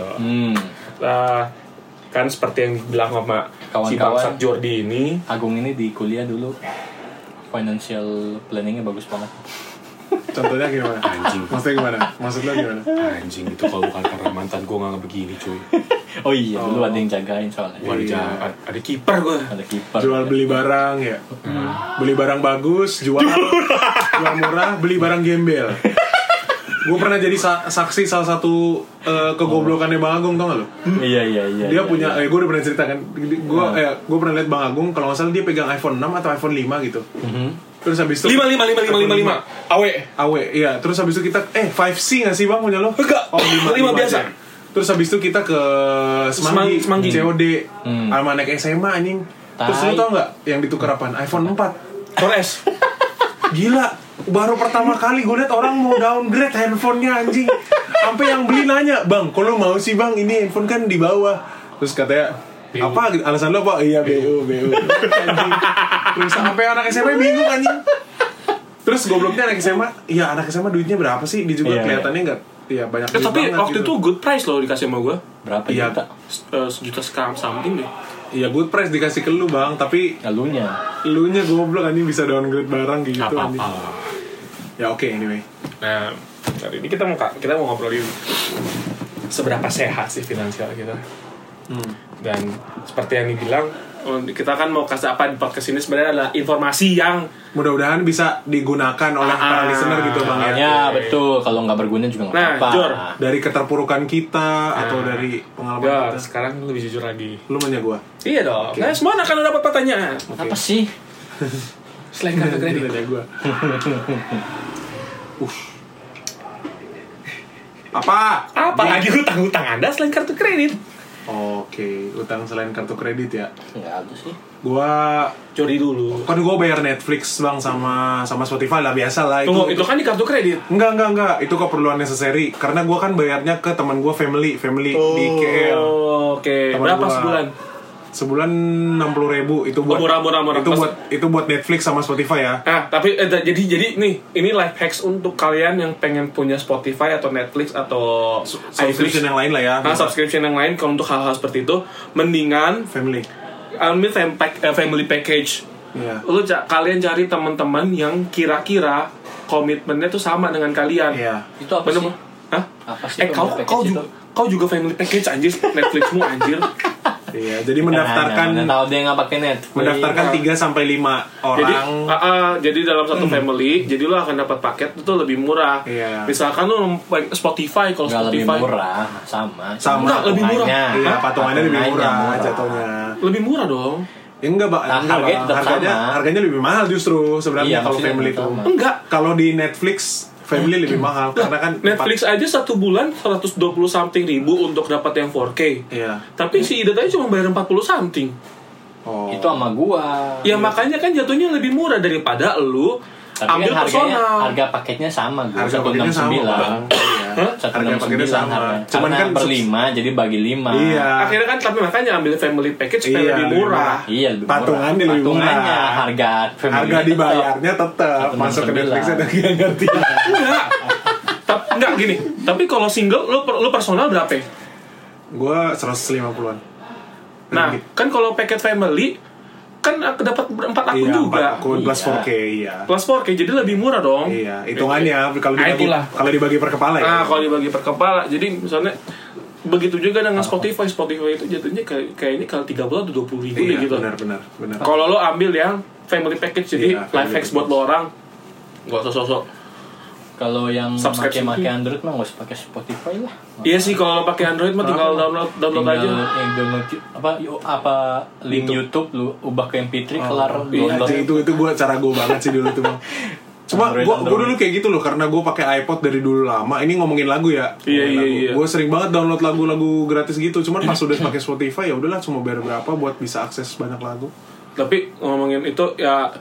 Kan seperti yang dibilang sama si bangsat Jordi ini. Agung ini di kuliah dulu financial planningnya bagus banget. Contohnya gimana? Anjing. Maksudnya gimana? Maksudnya gimana? Anjing itu kalau bukan karena mantan gue nggak begini cuy. Oh iya, dulu ada yang jagain soalnya. Ada kiper gue. Ada kiper. Jual beli barang ya. Beli barang bagus, jual murah, beli barang gembel. Gue pernah jadi saksi salah satu kegoblokannya Bang Agung, tau gak lo? Iya. Dia punya, gue udah pernah cerita kan. Gue pernah lihat Bang Agung, kalau nggak salah dia pegang iPhone 6 atau iPhone 5 gitu. Terus habis itu 5 AW. Iya, terus habis itu kita 5C nggak sih Bang punya lo? Enggak. Oh, 5 biasa. aja. Terus habis itu kita ke Semanggi. COD sama naik SMA anjing. Terus lu tau nggak yang ditukar apaan? iPhone 4 Torres. Gila, baru pertama kali gue liat orang mau downgrade handphonenya anjing. Sampai yang beli nanya, "Bang, kok lu mau sih Bang? Ini handphone kan di bawah." Terus katanya, "Apa alasan lo apa?" "Iya, BU." Anjing. Terus sampai anak SMA bingung anjing. Terus gobloknya anak SMA duitnya berapa sih? Dia juga kelihatannya enggak banyak duit Tapi banget waktu gitu. itu good price loh dikasih sama gue. Berapa Iya. juta? 1 juta sekarang something deh. Iya, good price dikasih ke lu Bang, tapi Elunya goblok anjing bisa downgrade barang gitu anjing. Apa-apa. Ya oke, anyway. Nah, hari ini kita mau ngobrolin seberapa sehat sih finansial kita. Dan seperti yang dibilang, kita kan mau kasih apa di podcast ini sebenarnya adalah informasi yang Mudah-mudahan bisa digunakan oleh para listener gitu Bang ya. ya betul, kalau nggak berguna juga nggak Nah, apa-apa. Jor. Dari keterpurukan kita atau dari pengalaman ya, kita. sekarang lebih jujur lagi. Lu nanya gua. Iya dong. Nah, semua akan dapat pertanyaan. Apa sih? Selain kartu kredit. Nanya gua. Apa? Apa lagi hutang-hutang Anda selain kartu kredit? Oke, utang selain kartu kredit ya. Nggak ada sih. Gua Jori dulu. kan gua bayar Netflix Bang sama Spotify lah, biasa lah Tunggu, itu kan di kartu kredit. Enggak. Itu keperluan necessary. Karena gua kan bayarnya ke teman gua family di KL. Oke. Teman Berapa gua. sebulan? Sebulan 60.000 itu buat Murah. itu buat Netflix sama Spotify ya. Tapi jadi nih, ini life hacks untuk kalian yang pengen punya Spotify atau Netflix atau Subscription yang lain lah ya. subscription yang lain. Kalau untuk hal-hal seperti itu, mendingan Family. ambil family package. Iya. Kalian cari teman-teman yang kira-kira komitmennya tuh sama dengan kalian. Iya. Itu apa sih? Hah? Apa sih? Kau juga family package anjir, Netflixmu anjir. Iya, jadi mendaftarkan tahu dia nggak pakai net. mendaftarkan 3 sampai 5 orang. Jadi dalam satu family, jadi lo akan dapat paket itu lebih murah. Iya. Misalkan lo Spotify, kalau Nggak lebih Spotify murah, sama. Enggak, lebih murah. Iya, patungannya lebih Patungannya murah murah. jatuhnya. lebih murah dong. Ya enggak, Bang. Nah, Enggak, harganya Bang. tetap sama. Harganya lebih mahal justru sebenarnya Iya, kalau maksudnya family tetap itu. sama. Enggak. Kalau di Netflix family lebih mahal karena kan Netflix aja 1 bulan 120 something ribu untuk dapat yang 4K. Iya. Tapi si Ida tadi cuma bayar 40 something. Oh. Itu sama gua. Ya makanya kan jatuhnya lebih murah daripada lu Tapi ambil kan personal. harga paketnya sama gua. Harga paketnya sama, Bang. Iya. Harga paketnya sama. Cuman kan kan berlima jadi bagi 5. Iya. Akhirnya kan tapi makanya ambil family package supaya Iya, lebih lebih murah. Iya, lebih murah. Patungannya lebih murah. Patungannya harga Harga dibayarnya tetap masuk ke 169. Netflix ada yang ngerti. Enggak gini. Tapi kalau single lu personal berapa? Gua 150-an. Nah, kan kalau paket family kan dapat 4 akun Iya, juga. 4 akun plus Iya. 4K, iya. Plus 4K jadi lebih murah dong. Iya, hitungannya kalau dibagi per kepala ya. Nah, kalau dibagi per kepala, jadi misalnya begitu juga dengan Spotify itu jatuhnya kayaknya kalau 30 atau 20 ribu Iya, deh gitu. benar. Kalau lo ambil yang family package, jadi Iya, life family hacks buat lo orang, nggak usah sosok Kalau yang Subscription pakai fee. Android mah nggak usah pakai Spotify lah. Iya sih, kalau pakai Android mah tinggal download aja. Apa link YouTube lu ubah ke MP3 kelar Iya, download. itu cara gue banget sih dulu tuh bang. Cuma gue dulu kayak gitu loh, karena gue pakai iPod dari dulu lama. Ini ngomongin lagu ya. Iya. Gue sering banget download lagu-lagu gratis gitu. Cuman pas udah pakai Spotify ya udahlah, cuma bayar berapa buat bisa akses banyak lagu. Tapi ngomongin itu ya,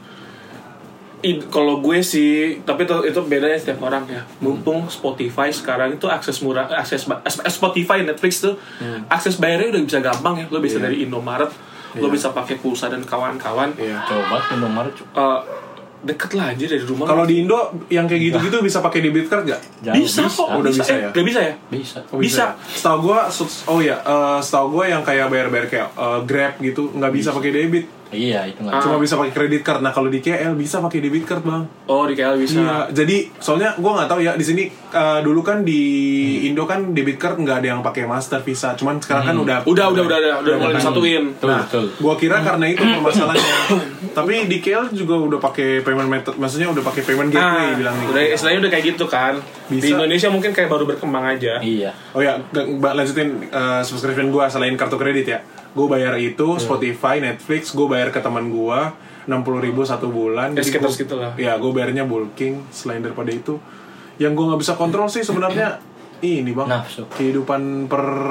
kalau gue sih, tapi itu bedanya setiap orang ya. Mumpung Spotify sekarang itu akses murah, Spotify, Netflix tuh akses bayarnya udah bisa gampang ya. Lo bisa dari Indomaret, lo bisa pakai pulsa dan kawan-kawan. Coba Indomaret. Deket lah aja dari rumah. Kalau di Indo yang kayak gitu-gitu bisa pakai debit card gak? Bisa kok. Udah bisa ya? Gak bisa ya? Bisa. Bisa. Setahu gue yang kayak bayar-bayar kayak Grab gitu nggak bisa pakai debit. Iya, itu nggak. Cuma bisa pakai kredit card. Nah kalau di KL bisa pakai debit card bang. Oh, di KL bisa. Iya, jadi soalnya gue nggak tahu ya di sini dulu kan di Indo kan debit card nggak ada yang pakai Master, Visa. Cuman sekarang kan udah mulai disatuin. Nah, gue kira karena itu permasalahannya. Tapi di KL juga udah pakai payment method, maksudnya udah pakai payment gateway bilang nih. Udah istilahnya udah kayak gitu kan. Bisa. Di Indonesia mungkin kayak baru berkembang aja. Iya. Oh ya, lanjutin subscription gue selain kartu kredit ya. Gue bayar itu Spotify, Netflix, gue bayar ke teman gue 60.000 satu bulan. Ya, Jadi sekitar gua- segitu lah. Ya, gue bayarnya bulking. Selain daripada itu, yang gue nggak bisa kontrol sih sebenarnya ini bang. Nafsu. Kehidupan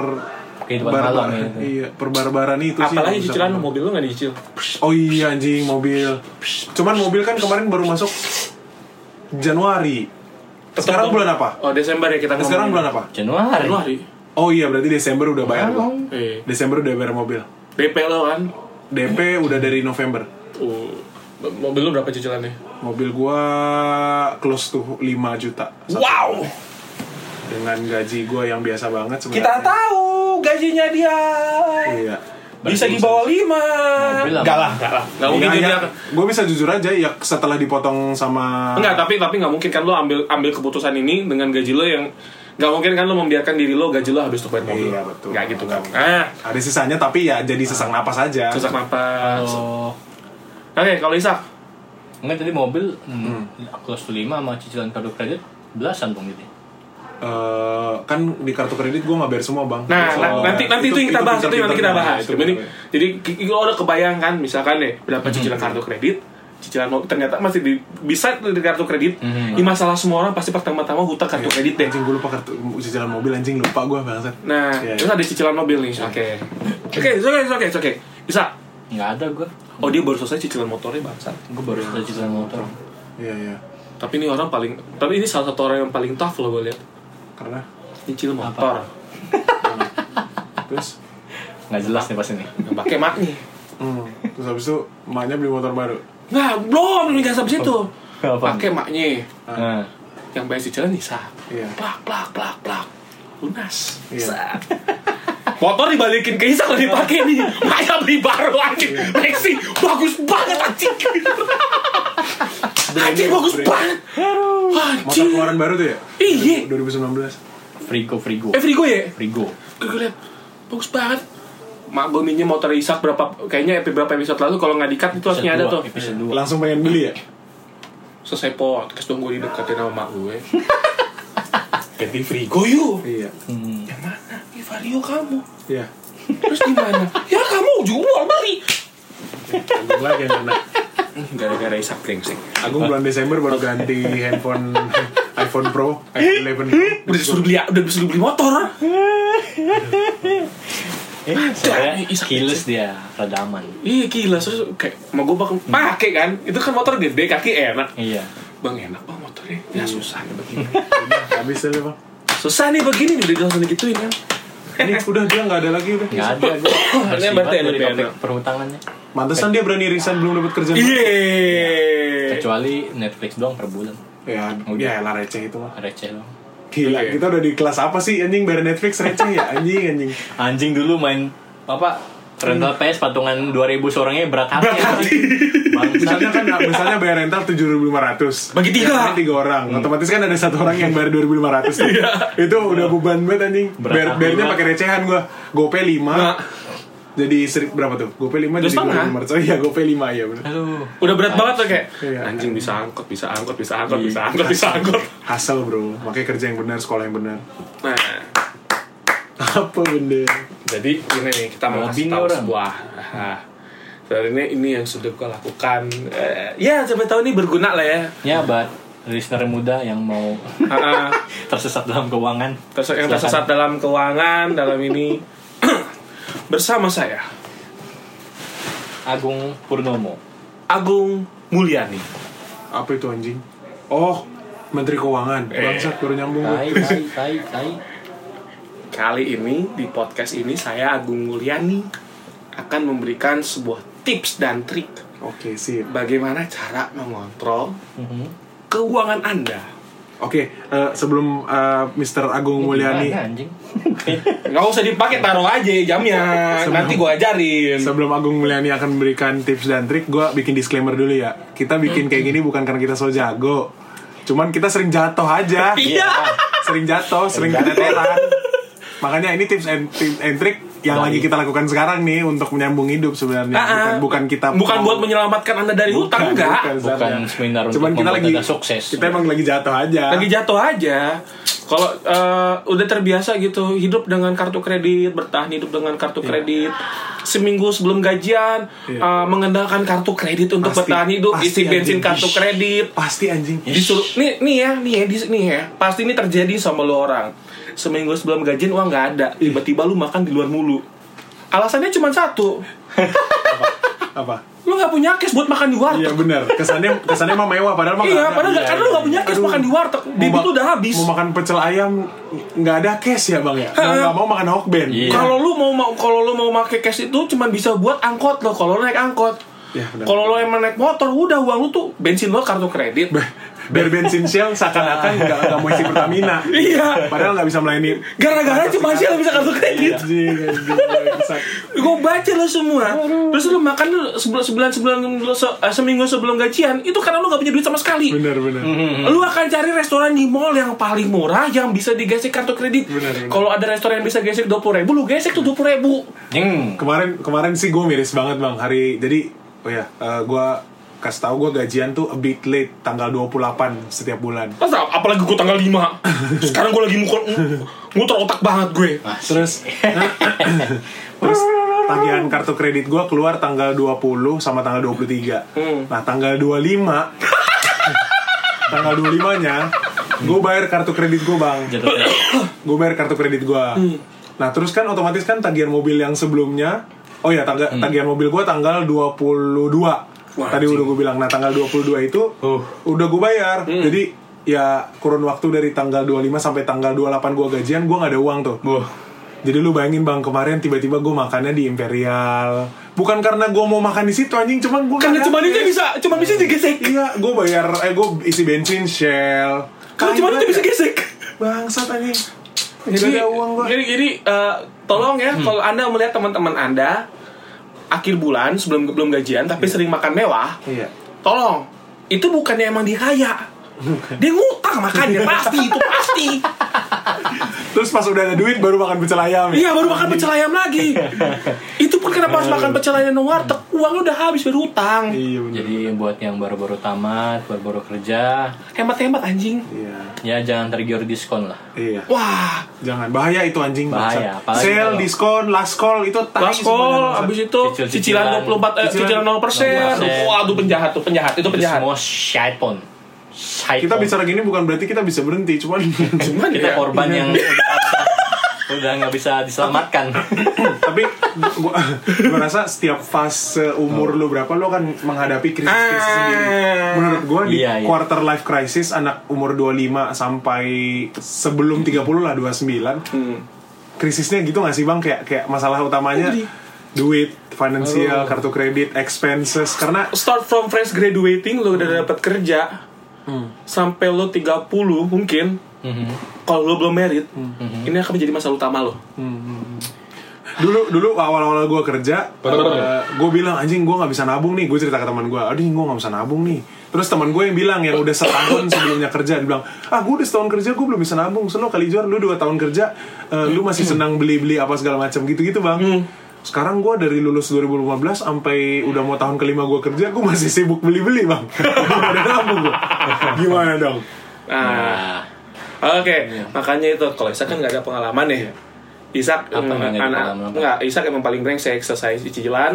malam ya. Iya, perbarbaran itu sih. Apalagi yang bisa cicilan kontrol. mobil lu nggak dicicil. Oh iya anjing, mobil. Cuman mobil kan kemarin baru masuk Januari. Sekarang Tetep bulan dong. apa? Oh, Desember ya kita ngomongin. Sekarang bulan apa? Januari. Oh iya, berarti Desember udah bayar gua. Iya. Desember udah bayar mobil. DP lo kan. DP udah dari November. Mobil lu berapa cicilannya? Mobil gua close to 5 juta. Wow. Dengan gaji gua yang biasa banget sebenarnya. Kita tahu gajinya dia. Iya. Bisa di bawah 5. Mobil apa? Enggak lah. Enggak mungkin dia. Gue bisa jujur aja ya, setelah dipotong sama. Enggak, tapi nggak mungkin kan lo ambil keputusan ini dengan gaji lo yang nggak mungkin kan lo membiarkan diri lo gaji lo habis untuk bayar mobil. Iya, betul. Nggak gitu kan. Ada sisanya tapi ya jadi sesak napas aja. Sesak napas. Oh. Oke, kalau Isak. Enggak, tadi mobil close to 5 sama cicilan kartu kredit belasan dong gitu. Kan di kartu kredit gue nggak bayar semua bang. Nah, nanti itu yang kita bahas, itu yang nanti kita bahas. Itu Jadi lo udah kebayangkan misalkan deh berapa cicilan kartu kredit, cicilan mobil, ternyata masih bisa dari kartu kredit. Ini masalah semua orang pasti pertama-tama hutang kartu kredit deh. Anjing gue lupa kartu cicilan mobil, anjing lupa gue bangsat. Nah, Iya, terus ada cicilan mobil nih. Oke, bisa. Nggak ada gue. Oh, dia baru selesai cicilan motornya bangsat. Gue baru selesai cicilan motor. Iya. Tapi ini salah satu orang yang paling tough loh gue lihat. Karena Nyicil motor. terus Nggak jelas nih pas ini. Yang pakai maknya. terus habis itu emaknya beli motor baru. Nggak, belum nggak sampai situ. Apa? Pakai maknya. Nah, Yang bayar cicilan Nisa. Iya. Plak. Lunas. Iya. Sat. Motor dibalikin ke Isak lagi dipakai nih. Maya beli baru anjing. Maxi bagus banget anjing. Anjing bagus banget. Motor Anjing. keluaran baru tuh ya? Iya. 2019. Frigo. Frigo ya? Frigo. Gue liat bagus banget. Mak gue minjem motor Isak kayaknya berapa episode lalu, kalau nggak di-cut itu harusnya ada tuh. Episode 2. Langsung pengen beli ya? Selesai podcast dong gue dideketin sama mak gue. Ganti Frigo yuk. Iya. Yang mana? Ini Vario kamu. Iya. Terus gimana? Ya kamu jual beli. Agung lagi yang kena. Gara-gara Isak brengsek. Agung bulan Desember baru ganti handphone iPhone Pro, iPhone 11 Pro. Udah disuruh beli motor. Soalnya Isak kiles dia radaman. Iya gila, terus kayak mau gue bakal pakai kan. Itu kan motor gede, kaki enak. Iya. Bang enak bang motornya. Ya susah nih begini. Habis deh bang. Susah nih begini udah langsung digituin kan. Ini udah dia nggak ada lagi udah. Nggak ada gue. Ini berarti dari lebih topik enak. perhutangannya. Mantesan dia berani resign belum dapat kerjaan. Iya. Kecuali Netflix doang per bulan. Ya lah receh itu mah. Receh doang. Gila, Iya. kita udah di kelas apa sih anjing bayar Netflix receh ya anjing. Anjing dulu main apa? Rental PS patungan 2.000 seorangnya berat hati. Misalnya bayar rental 7.500. Bagi tiga. 3 orang. Otomatis kan ada satu orang yang bayar 2.500 tuh. Itu udah beban banget anjing. Berat Bayarnya hati pakai recehan gua. GoPay 5. Nah. Jadi berapa tuh? GoPay 5 jadi 2.500. Oh iya, GoPay 5 ya benar. Aduh. Udah berat banget tuh kayak Iya. anjing bisa angkot. Hasil bro, makanya kerja yang benar, sekolah yang benar. Nah, Apa benda? jadi ini nih kita mau kasih tahu sebuah dan ini yang sudah gue lakukan. Ya coba tahu ini berguna lah ya. Ya, buat listener muda yang mau tersesat dalam keuangan. Yang tersesat dalam keuangan dalam ini bersama saya Agung Purnomo. Agung Mulyani. Apa itu anjing? Oh, Menteri Keuangan. Bangsat baru nyambung. Tai. Kali ini di podcast ini saya Agung Mulyani akan memberikan sebuah tips dan trik Oke, sip. bagaimana cara mengontrol keuangan Anda. Oke, sebelum Mr. Agung Mulyani Anjing. Nggak usah dipakai, taruh aja jamnya. Nanti gue ajarin. Sebelum Agung Mulyani akan memberikan tips dan trik, gue bikin disclaimer dulu ya. Kita bikin kayak gini bukan karena kita so jago, cuman kita sering jatuh aja. Iya. Sering jatuh, sering keteteran. Makanya ini tips and trick yang lagi kita lakukan sekarang nih untuk menyambung hidup sebenarnya. Bukan kita buat menyelamatkan Anda dari hutang, enggak. Bukan seminar untuk cuman kita membuat lagi Anda sukses. Kita emang lagi jatuh aja. Lagi jatuh aja. Kalau udah terbiasa gitu hidup dengan kartu kredit, bertahan hidup dengan kartu kredit. Seminggu sebelum gajian mengandalkan kartu kredit untuk bertahan hidup, isi bensin kartu kredit. Pasti anjing. Disuruh nih ya. Pasti ini terjadi sama lo orang. Seminggu sebelum gajian uang nggak ada, tiba-tiba lu makan di luar mulu. Alasannya cuma satu. Apa? Lu nggak punya cash buat makan di warteg. Iya benar. Kesannya mah mewah padahal mah Iya, nggak ada. padahal karena lu nggak punya cash makan di warteg. Duit itu udah habis. Mau makan pecel ayam nggak ada cash ya bang ya. Nggak mau makan hokben. Iya. Kalau lu mau pakai cash itu cuma bisa buat angkot lo. Kalau lu naik angkot. Ya, benar. Kalau lo emang naik motor, udah uang lu tuh bensin lo kartu kredit. Biar bensin Shell seakan-akan nggak mau isi Pertamina. Iya. Padahal nggak bisa melayani. Gara-gara cuma Shell bisa kartu kredit. Gue baca lo semua. Terus lu makan lu seminggu sebelum gajian, itu karena lu nggak punya duit sama sekali. Bener. Lu akan cari restoran di mall yang paling murah yang bisa digesek kartu kredit. Bener. Kalau ada restoran yang bisa gesek 20.000, lu gesek tuh 20.000. Kemarin sih gue miris banget bang. Gue kasih tahu gue gajian tuh a bit late, tanggal 28 setiap bulan. Apalagi gue tanggal 5. Sekarang gue lagi muter otak banget gue. Terus tagihan kartu kredit gue keluar tanggal 20 sama tanggal 23. Nah tanggal 25 tanggal 25-nya gue bayar kartu kredit gue bang. Gue bayar kartu kredit gue. Nah terus kan otomatis kan tagihan mobil yang sebelumnya. Oh ya tagihan mobil gue tanggal 22. Tadi udah gue bilang. Nah tanggal 22 itu udah gue bayar. Jadi ya kurun waktu dari tanggal 25 sampai tanggal 28 gue gajian, gue gak ada uang tuh. Jadi lu bayangin bang, kemarin tiba-tiba gue makannya di Imperial. Bukan karena gue mau makan di situ anjing, cuman gue karena cuma bisa digesek. Iya, gue bayar gue isi bensin Shell. Karena cuma itu bisa gesek. Bangsat anjing. Jadi ada uang gue. Jadi tolong ya kalau Anda melihat teman-teman Anda akhir bulan belum gajian tapi sering makan mewah. Iya. Tolong, itu bukannya emang dia kaya. Dia ngutang makannya pasti. Terus pas udah ada duit baru makan pecel ayam. Iya, baru makan pecel ayam lagi. Itu pun kenapa harus makan pecel ayam di warteg? Uangnya udah habis baru utang. Iya bener. Jadi buat yang baru-baru tamat, baru-baru kerja, Hemat-hemat anjing. Iya. ya jangan tergiur diskon lah. Iya. Wah, Jangan, bahaya itu anjing. Bahaya, bangsat. apalagi Sale, kalau- diskon, last call itu tai last call, semuanya, abis itu cicilan 24, cicilan 0%. 0%. Wah, itu penjahat. Itu penjahat. Semua syaiton. Kita bicara gini bukan berarti kita bisa berhenti, cuman Cuman Kita ya, korban yang udah nggak bisa diselamatkan. tapi gua rasa setiap fase umur lu berapa lu akan menghadapi krisis sendiri. Menurut gua di Iya. quarter life crisis anak umur 25 sampai sebelum 30 lah 29. Krisisnya gitu gak sih Bang? Kayak masalah utamanya duit, financial, kartu kredit, expenses. Karena start from fresh graduating lo udah dapat kerja sampai lo 30 mungkin. Kalau lo belum married, ini akan menjadi masalah utama lo. dulu awal-awal gue kerja, gue bilang anjing gue nggak bisa nabung nih. Gue cerita ke teman gue, aduh gue nggak bisa nabung nih. Terus teman gue yang bilang yang udah setahun sebelumnya kerja, dia bilang, gue udah setahun kerja gue belum bisa nabung. Selo kali Jor, lu 2 tahun kerja, lu masih senang beli-beli apa segala macam gitu-gitu Bang. Sekarang gue dari lulus 2015 sampai udah mau tahun kelima gue kerja, gue masih sibuk beli-beli bang. Udah lama gue. Gimana dong? Nah, oke. Makanya itu kalau Isak kan nggak ada pengalaman ya. Isak Isak emang paling brengsek selesai cicilan.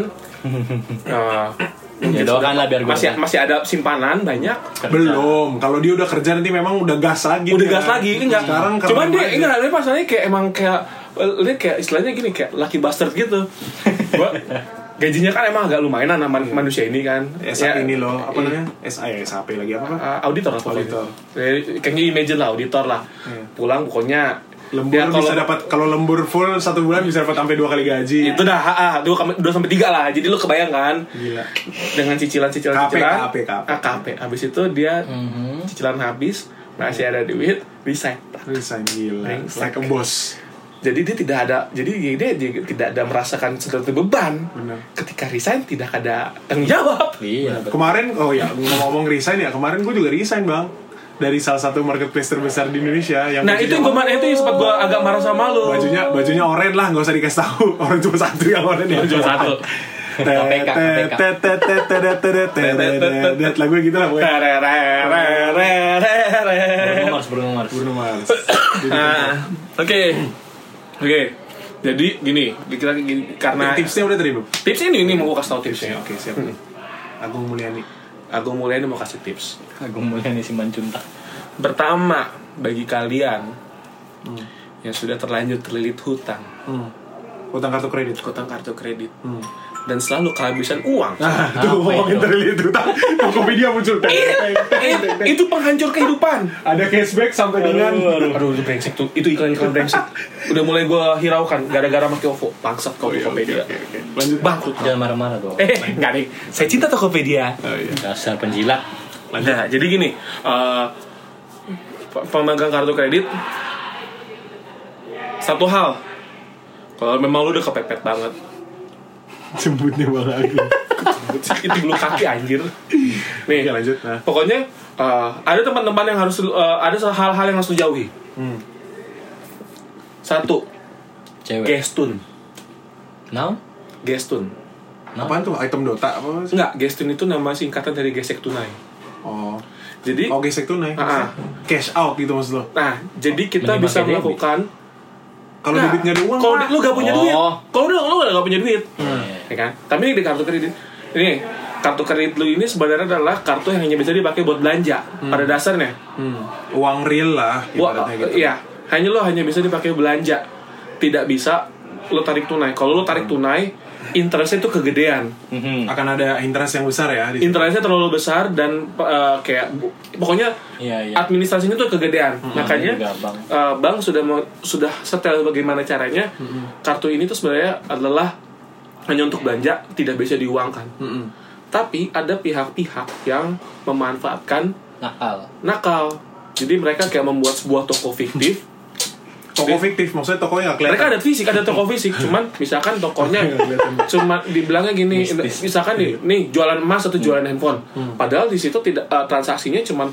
Ya doakan lah biar gue masih ada simpanan banyak. Belum. Kalau dia udah kerja nanti memang udah gas lagi. Udah gas lagi enggak. Sekarang cuman dia enggak, dia pasalnya kayak emang kayak lihat kayak istilahnya gini kayak lucky bastard gitu. Gua gajinya kan emang agak lumayan sama manusia ini kan. Ini loh, apa namanya? SAP lagi apa? Auditor lah pokoknya. Kayaknya imagine lah auditor lah. Pulang pokoknya lembur bisa dapat, kalau lembur full 1 bulan bisa dapat sampai 2 kali gaji. Itu dah 2 sampai 3 lah. Jadi lu kebayang kan? Gila. Dengan cicilan KP. Habis itu dia cicilan habis, masih ada duit, resign gila. Like a boss. Jadi dia tidak ada merasakan sesuatu beban. Benar. Ketika resign tidak ada tanggung jawab. Iya. Kemarin ngomong resign ya, kemarin gue juga resign bang dari salah satu marketplace terbesar di Indonesia yang itu yang sempat gue agak marah sama lu. Bajunya oranye lah, nggak usah dikasih tahu. Orang cuma satu yang oranye. Cuma satu. Lagu gitu lah Bruno Mars. Oke. Jadi gini, kita karena tipsnya udah tadi belum? Tips ini mau gue kasih tau tipsnya. Oke, siap. Agung Mulyani mau kasih tips. Agung Mulyani Simban Juntak. Pertama, bagi kalian yang sudah terlanjur terlilit hutang, utang kartu kredit, dan selalu kehabisan uang. Nah, itu ngomongin terlilit hutang, Tokopedia muncul. Itu penghancur kehidupan. Ada cashback sampai dengan aduh itu brengsek tuh. Itu iklan brengsek. Udah mulai gue hiraukan gara-gara pakai OVO. Bangsat Tokopedia. Lanjut bangkrut. Jangan marah-marah dong. Enggak nih. Saya cinta Tokopedia. Dasar penjilat. Nah, jadi gini, pemegang kartu kredit, satu hal, kalau memang lu udah kepepet banget, jemputnya bang Agung. itu dulu kaki anjir. Nih, lanjut. Nah. Pokoknya ada teman-teman yang harus ada hal-hal yang harus lu jauhi. Satu, Cewek. Gestun. Now? Gestun. Apaan tuh? Item Dota apa? Enggak, Gestun itu nama singkatan dari gesek tunai. Oh. Jadi gesek tunai. Cash out gitu maksud lo. Nah, jadi kita bisa melakukan kalau debit nggak ada uang. Kalau lu nggak punya duit. Kalau lu nggak punya duit. Ya kan? Tapi di kartu kredit ini kartu kredit lu ini sebenarnya adalah kartu yang hanya bisa dipakai buat belanja pada dasarnya. Uang real lah ibaratnya gitu. Iya, hanya bisa dipakai belanja. Tidak bisa lu tarik tunai. Kalau lu tarik tunai, interestnya itu kegedean. Akan ada interest yang besar ya. Interestnya terlalu besar dan kayak pokoknya administrasinya tuh kegedean. Makanya bank sudah setel bagaimana caranya. Kartu ini tuh sebenarnya adalah hanya untuk belanja, tidak bisa diuangkan. Tapi ada pihak-pihak yang memanfaatkan nakal. Jadi mereka kayak membuat sebuah toko fiktif. Toko fiktif, maksudnya tokonya nggak kelihatan. Mereka ada toko fisik, cuman misalkan tokonya cuma dibilangnya gini, misalkan nih jualan emas atau jualan handphone, padahal di situ tidak transaksinya cuman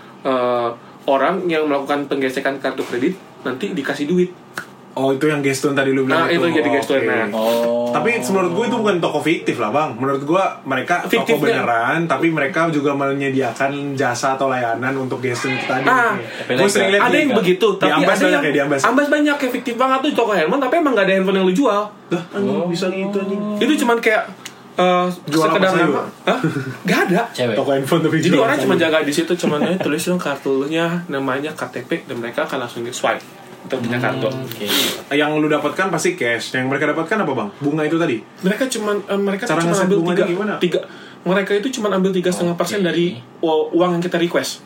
orang yang melakukan penggesekan kartu kredit nanti dikasih duit. Oh, itu yang Gestun tadi lu bilang. Itu jadi Gestun. Tapi menurut gue itu bukan toko fiktif lah bang. Menurut gue mereka toko beneran, tapi mereka juga menyediakan jasa atau layanan untuk Gestun itu tadi. Gue sering lihat ada yang begitu, tapi ada yang ambas banyak kayak fiktif banget tuh toko handphone, tapi emang gak ada handphone yang lu jual. Bisa gitu nih. Itu cuman kayak jual sekedar nama. Gak ada. Cewek. Toko handphone tapi jadi orang cuma jaga di situ, cuman tulis dong kartunya, namanya KTP, dan mereka akan langsung swipe untuk punya kartu. Yang lu dapatkan pasti cash. Yang mereka dapatkan apa bang? Bunga itu tadi? Mereka cuma ambil 3. Mereka itu cuma ambil 3,5% dari uang yang kita request.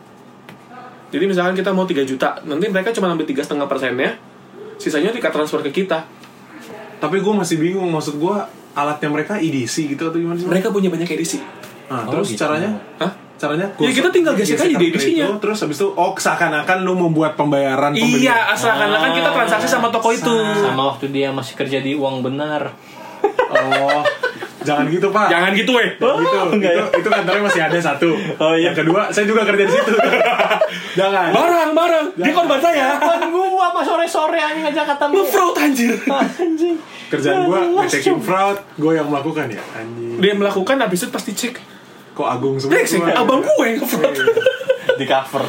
Jadi misalkan kita mau 3 juta, nanti mereka cuma ambil 3,5%-nya, sisanya kita transfer ke kita. Tapi gue masih bingung, maksud gue alatnya mereka EDC gitu atau gimana sih? Mereka punya banyak edisi. Terus gitu. Caranya? Caranya? Ya kita tinggal gesek aja di edisinya. Terus habis itu, seakan-akan lu membuat pembayaran. Iya, seakan-akan kita transaksi sama toko itu. Sama waktu dia masih kerja di uang benar. Jangan gitu Pak. Jangan gitu weh. Itu kantornya masih ada satu. Oh, iya. Yang kedua, saya juga kerja di situ. Jangan. Barang. Dia korban saya. Kan gua mah sore-sore anjing ngajak ketemu. Lu fraud anjir. Anjing. Kerjaan gue ngecekin fraud, gue yang melakukan ya. Anjing. Dia melakukan habis itu pasti cek. Kok Agung semua? Brengsek, abang gue yang fraud. Di cover.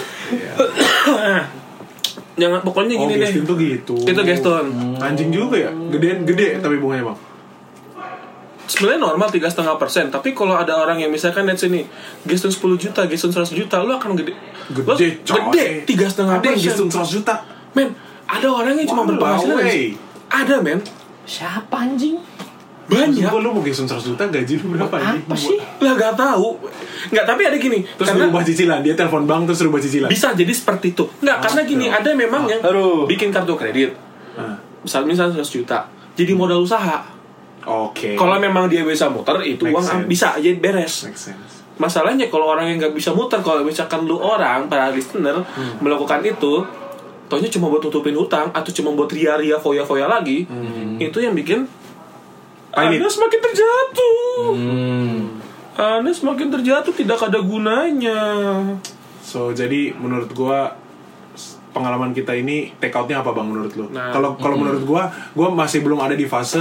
Jangan pokoknya gini deh. Geston tuh gitu. Itu Geston. Anjing juga ya. Gede tapi bunganya Bang. Sebenarnya normal 3,5%, tapi kalau ada orang yang misalkan lihat sini Geston 10 juta, Geston 100 juta, lu akan gede. Gede, coy. 3,5%. Ada yang Geston 100 juta. Men, ada orang yang cuma berpenghasilan. Ada men. Siapa anjing? Banyak. Lu mau Geston 100 juta gaji lu berapa anjing? Apa sih? Lah gak tahu. Nggak, tapi ada gini. Terus berubah cicilan, dia telepon bank terus berubah cicilan. Bisa jadi seperti itu. Nggak, karena gini, ada memang yang bikin kartu kredit. Misalnya 100 juta. Jadi modal usaha. Oke. Kalau memang dia bisa muter, itu uang bisa aja beres. Make sense. Masalahnya kalau orang yang nggak bisa muter, kalau misalkan lu orang para listener melakukan itu, taunya cuma buat tutupin utang atau cuma buat ria-ria foya-foya lagi, itu yang bikin Anda semakin terjatuh. Anda semakin terjatuh, tidak ada gunanya. So jadi menurut gua pengalaman kita ini take outnya apa Bang menurut lu? Kalau menurut gua masih belum ada di fase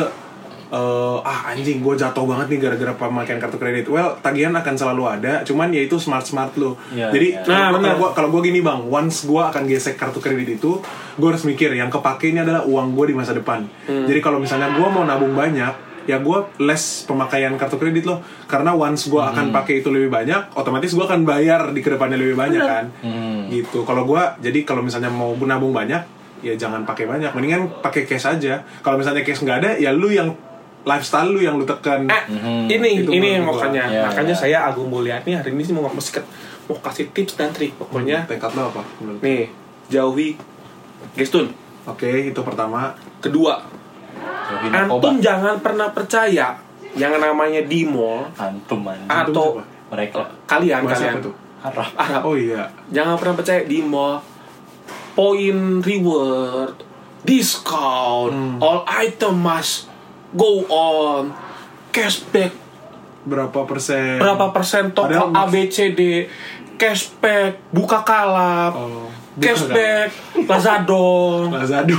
anjing gue jatuh banget nih gara-gara pemakaian kartu kredit. Well, tagihan akan selalu ada, cuman ya itu smart lu. Jadi kalau gue gini Bang, once gue akan gesek kartu kredit itu, gue harus mikir yang kepake ini adalah uang gue di masa depan. Jadi kalau misalnya gue mau nabung banyak, ya gue less pemakaian kartu kredit loh. Karena once gue akan pakai itu lebih banyak, otomatis gue akan bayar di kedepannya lebih banyak kan. Gitu. Kalau gue, jadi kalau misalnya mau nabung banyak, ya jangan pakai banyak, mendingan pakai cash aja. Kalau misalnya cash nggak ada, ya lu yang lifestyle lu yang lu tekan. Ini yang makanya saya Agung Mulyani hari ini sih mau kasih tips dan trik pokoknya. Tekad lo apa? Nih, jauhi Geston. Oke, itu pertama. Kedua, antum jangan pernah percaya yang namanya di mall atau mereka kalian tuh? Arab. Oh iya. Jangan pernah percaya di mall. Point reward, discount, all item must go on, cashback berapa persen toko ABCD, cashback buka kalap, cashback Lazadong,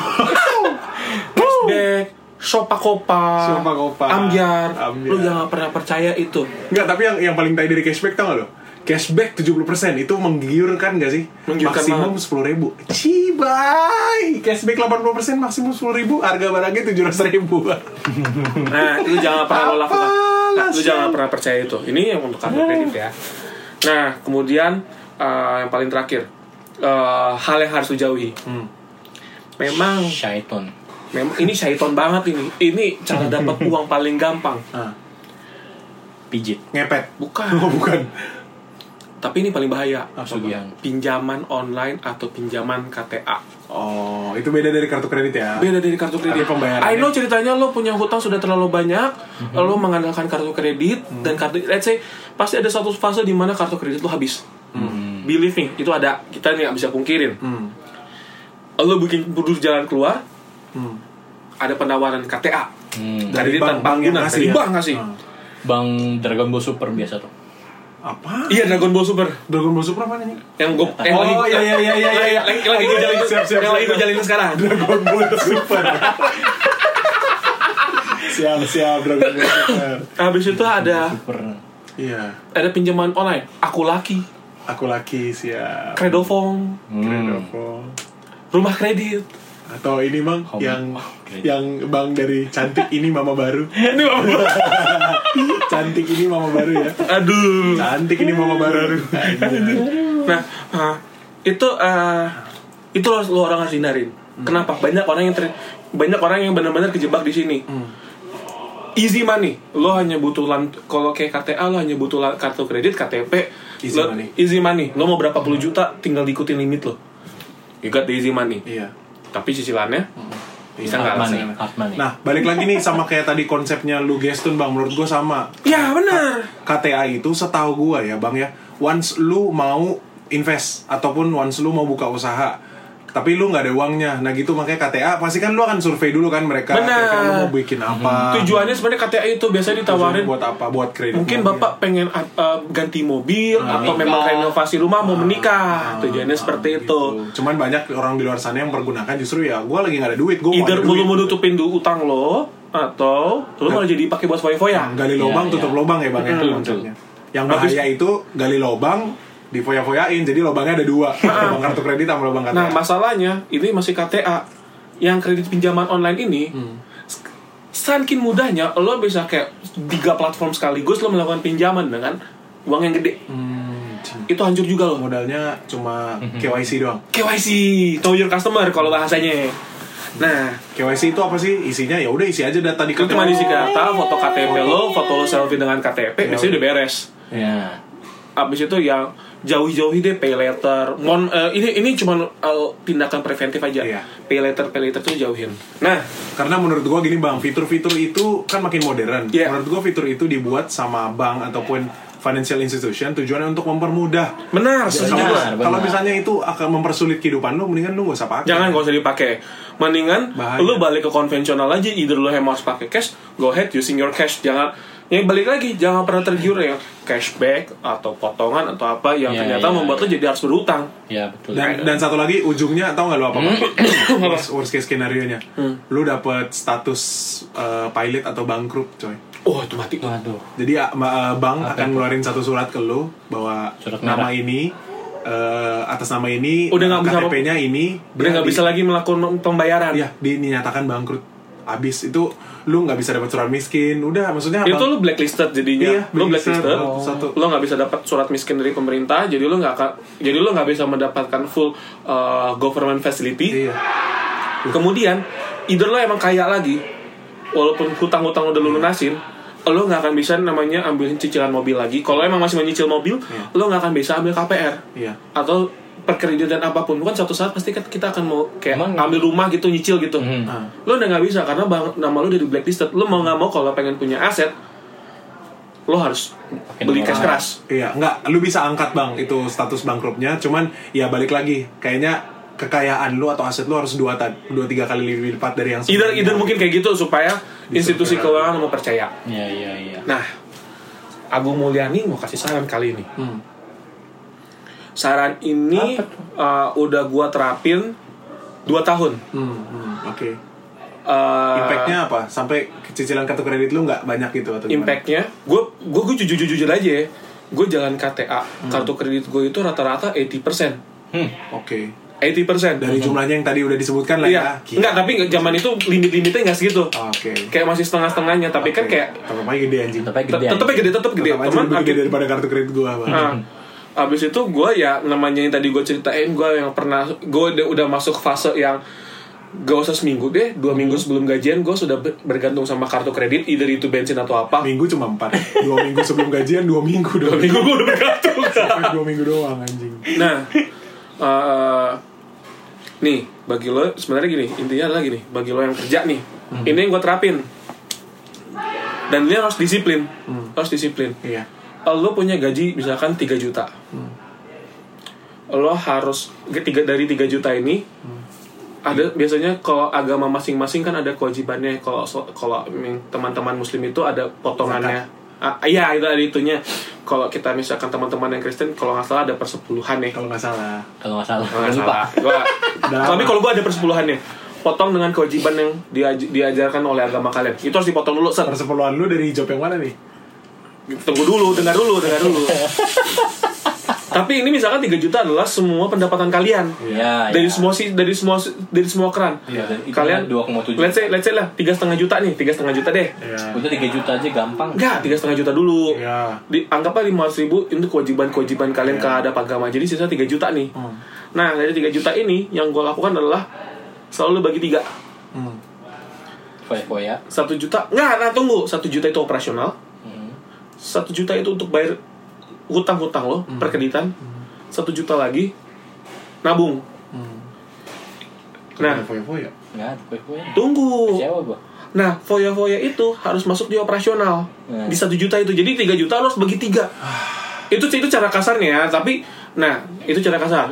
cashback Sopakopa, Ambyar. Lu jangan pernah percaya itu. Enggak, tapi yang paling tai dari cashback tau gak lo? Cashback 70% itu menggiurkan gak sih? Maksimum 10.000. Cibai. Cashback 80% maksimum 10.000. Harga barangnya 700.000. Nah, itu jangan pernah lo lakukan. Lu jangan pernah percaya itu. Ini yang untuk kartu kredit ya. Nah, kemudian yang paling terakhir, hal yang harus lu jauhi. Memang syaiton. Ini syaiton banget ini. Ini cara dapat uang paling gampang. Pijit. Ngepet. Bukan. Tapi ini paling bahaya. Pinjaman online atau pinjaman KTA. Oh, itu beda dari kartu kredit ya? Beda dari kartu kredit. I know ceritanya lo punya hutang sudah terlalu banyak, lo mengandalkan kartu kredit dan kartu, let's say pasti ada satu fase di mana kartu kredit lo habis. Believe me, itu ada. Kita nggak bisa pungkirin. Lo bikin berdua jalan keluar, ada penawaran KTA dari bank ngasih. Bank Dragon Ball Super biasa tuh. Apa? Iya, Dragon Ball Super apa nih? Yang gue lagi gue jalin sekarang. Dragon Ball Super. siap Dragon Ball Super. Habis itu ada iya. Ada pinjaman online. Aku laki siap. Kredofong. Rumah kredit. Atau ini Bang yang Bang dari cantik ini mama baru. Cantik ini mama baru ya. Aduh. Cantik ini mama baru. Nah, itu lo orang harus hindarin. Kenapa? Banyak orang yang benar-benar kejebak di sini. Easy money. Lo hanya butuh kalau kayak KTA lo hanya butuh kartu kredit, KTP, easy money. Lo mau berapa puluh juta tinggal diikutin limit lo. You got the easy money. Iya. Tapi cicilannya bisa nggak money. Nah, balik lagi nih sama kayak tadi konsepnya lu Geston Bang, menurut gue sama. Ya benar. KTA itu setahu gue ya Bang ya, once lu mau invest ataupun once lu mau buka usaha, tapi lu nggak ada uangnya. Nah gitu, makanya KTA pasti kan lu akan survei dulu kan mereka. Benar. Kira-kira lu mau bikin apa. Tujuannya sebenarnya KTA itu biasanya ditawarin buat apa? Buat kredit. mungkin bapak pengen ganti mobil atau memang renovasi rumah mau menikah. Tujuannya seperti itu. Cuman banyak orang di luar sana yang mempergunakan justru ya gue lagi nggak ada duit, gue Either lu mau nutupin utang lo atau lu malah jadi pakai buat foya-foya. gali lubang tutup lubang ya bang, itu konsepnya. Yang bahaya itu gali lubang difoya-foyain, jadi lubangnya ada 2, lubang kartu kredit sama lubang KTA. Nah masalahnya ini masih KTA. Yang kredit pinjaman online ini saking mudahnya lo bisa kayak 3 platform sekaligus lo melakukan pinjaman dengan uang yang gede. Itu hancur juga lo. Modalnya cuma KYC doang. KYC, know your customer kalau bahasanya. Nah, KYC itu apa sih? Isinya ya udah isi aja data di itu cuma isi data, foto KTP lo, foto lo selfie dengan KTP, biasanya udah beres. Ya. Abis itu yang jauhi deh pay later. Ini cuma tindakan preventif aja. Iya. Pay later tuh jauhin. Nah, karena menurut gua gini bang, fitur-fitur itu kan makin modern. Yeah. Menurut gua fitur itu dibuat sama bank ataupun financial institution tujuannya untuk mempermudah. benar, Kalau misalnya itu akan mempersulit kehidupan lu, mendingan lu gak usah pakai. jangan, gak usah dipakai. Mendingan Bahaya. lu balik ke konvensional aja. Either lu harus pakai cash, go ahead using your cash. Jangan, yang balik lagi, jangan pernah tergiur ya cashback atau potongan atau apa yang ternyata membuat lu jadi harus berutang. Ya betul. Dan satu lagi ujungnya tau gak lu apa worst case skenario nya, lu dapet status pilot atau bangkrut coy. Oh itu mati. Waduh. Jadi bank akan ngeluarin satu surat ke lu bahwa Surat nama merah. ini atas nama ini Udah nggak bisa- KTP-nya ini Udah nggak bisa lagi melakukan pembayaran. Iya, dinyatakan bangkrut. Abis itu lu nggak bisa dapat surat miskin. Udah, maksudnya Itu lu blacklisted jadinya. Iya, Lu blacklisted. blacklisted. Satu. Lu nggak bisa dapat surat miskin dari pemerintah. Jadi lu nggak bisa mendapatkan full government facility. Iya. Kemudian, either lo emang kaya lagi, walaupun hutang-hutang udah lu lunasin, lo nggak akan bisa namanya ambil cicilan mobil lagi. Kalau emang masih menyicil mobil, lo nggak akan bisa ambil KPR Iya. atau perkreditan apapun. Bukan suatu saat pasti kan kita akan mau kayak Emang- ambil rumah gitu, nyicil gitu. Lo udah nggak bisa karena nama lo udah di blacklisted. Lo mau nggak mau kalau pengen punya aset, lo harus beli cash keras. Iya, nggak, lu bisa angkat bang itu status bangkrutnya. Cuman ya balik lagi, kayaknya kekayaan lu atau aset lu harus 2-3 kali lebih lipat dari yang sebelumnya. Either mungkin kayak gitu supaya institusi keuangan mau percaya. Iya. Nah, Agung Mulyani mau kasih saran kali ini. Saran ini udah gua terapin 2 tahun. Oke. Impactnya apa? Sampai cicilan kartu kredit lu nggak banyak gitu atau gimana? Impactnya, gue jujur aja ya. Gue jalan KTA, kartu kredit gue itu rata-rata 80%. Oke. 80%. Dari jumlahnya yang tadi udah disebutkan lah Iya. ya. Enggak, tapi zaman itu limit-limitnya nggak segitu. Oke. Kayak masih setengah-setengahnya, tapi kan kayak tetap aja gede anjing. Tetap gede. tetep gede. Tetap aja Teman lebih gede daripada kartu kredit gua, Bang. Nah, abis itu gue ya namanya yang tadi gue ceritain, gue yang pernah gue udah masuk fase yang gak usah seminggu deh, 2 minggu sebelum gajian gue sudah bergantung sama kartu kredit, either itu bensin atau apa. Minggu cuma 4. 2 minggu sebelum gajian 2 minggu doang. 2 minggu gue udah bergantung. 2 minggu doang anjing. Nah, nih bagi lo sebenarnya gini, intinya adalah gini, bagi lo yang kerja nih, ini yang gue terapin, dan ini harus disiplin, harus disiplin. Iya. Lo punya gaji misalkan 3 juta, lo harus dari 3 juta ini ada biasanya kalau agama masing-masing kan ada kewajibannya. Kalau teman-teman muslim itu ada potongannya. Iya, itu ada itunya. Kalau kita misalkan teman-teman yang Kristen, kalau nggak salah ada persepuluhan nih. Kalau nggak salah. Kalau nggak salah. Kalau nggak Lupa. salah. Tapi kalau gue ada persepuluhannya, potong dengan kewajiban yang diajarkan oleh agama kalian. Itu harus dipotong dulu. Persepuluhan lu dari job yang mana nih? Tunggu dulu, dengar dulu. Tapi ini misalkan 3 juta adalah semua pendapatan kalian. Iya. Dari semua keran. Iya, itu Kalian 2,7. let's say lah 3,5 juta nih, 3,5 juta deh. Iya. Udah 3 juta aja gampang. Enggak, 3,5 juta dulu. Iya. Anggaplah 500.000 itu kewajiban kalian terhadap agama. Jadi sisa 3 juta nih. Nah, dari 3 juta ini yang gue lakukan adalah selalu bagi 3. Foya-foya. 1 juta. Nah, tunggu. 1 juta itu operasional. 1 juta itu untuk bayar hutang-hutang lo, perkreditan. 1 juta lagi nabung. Nah, foya-foya. Nggak ada foya-foya. tunggu. Kecewa gua. Nah, foya-foya itu harus masuk di operasional. Di 1 juta itu. Jadi 3 juta lo harus bagi 3. Itu cara kasarnya ya, tapi nah, itu cara kasar.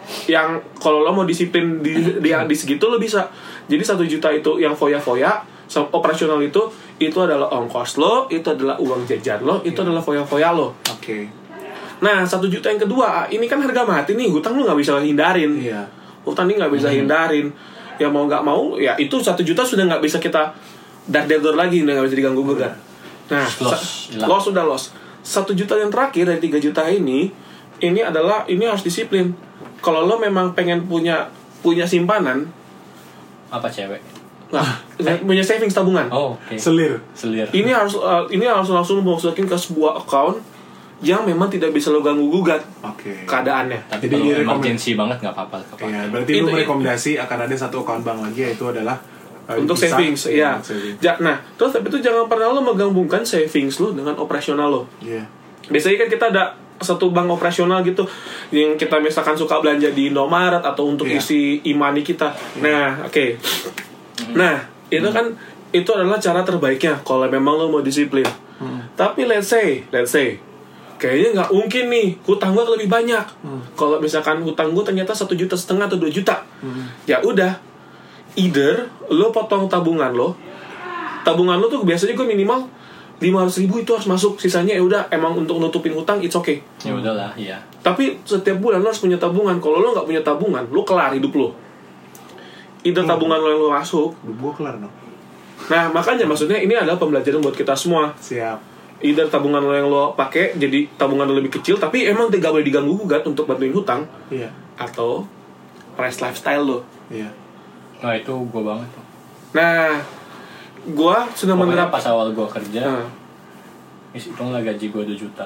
yang kalau lo mau disiplin di segitu lo bisa. Jadi 1 juta itu yang foya-foya, operasional itu adalah ongkos lo, itu adalah uang jajan lo, itu adalah foya-foya lo. Oke. Nah 1 juta yang kedua, ini kan harga mati nih, hutang lo nggak bisa hindarin. Iya. Hutang ini nggak bisa hindarin. Ya mau nggak mau, ya itu 1 juta sudah nggak bisa kita dar-der lagi, udah nggak bisa diganggu gugat. Nah, loss sudah loss. 1 juta yang terakhir dari 3 juta ini harus disiplin. Kalau lo memang pengen punya simpanan, Apa cewek? punya savings tabungan. Oh, oke. Selir. Ini harus langsung masukin ke sebuah account yang memang tidak bisa lo ganggu gugat Oke. keadaannya. Tapi Jadi kalau direkomend- emergency banget nggak apa-apa. Iya, berarti lu merekomendasi akan ada satu account bank lagi, yaitu adalah Untuk bisa- savings, ya. savings. Nah, terus tapi itu jangan pernah lo menggabungkan savings lo dengan operasional lo. Iya. Biasanya kan kita ada satu bank operasional gitu yang kita misalkan suka belanja di Indomaret atau untuk Iya. isi e-money kita. Nah, oke. Nah, itu kan itu adalah cara terbaiknya kalau memang lo mau disiplin. Tapi let's say kayaknya nggak mungkin nih hutang gue lebih banyak. Kalau misalkan hutang gue ternyata 1,5 juta atau 2 juta, ya udah, either lo potong tabungan lo tuh biasanya gue minimal 500.000 itu harus masuk, sisanya ya udah emang untuk nutupin hutang, it's okay. Ya udahlah, iya. Tapi setiap bulan lo harus punya tabungan. Kalau lo nggak punya tabungan, lo kelar hidup lo. Either tabungan lo yang lo masuk. Gue kelar dong. Nah makanya maksudnya ini adalah pembelajaran buat kita semua. Siap. Either tabungan lo yang lo pakai jadi tabungan lo lebih kecil, tapi emang tidak boleh diganggu gugat untuk bantuin hutang. Iya. Atau price lifestyle lo. Iya. Nah itu gue banget tuh. Nah, gue sudah Pokoknya menerapkan. pas awal gue kerja, Nah, hitunglah gaji gue 2 juta.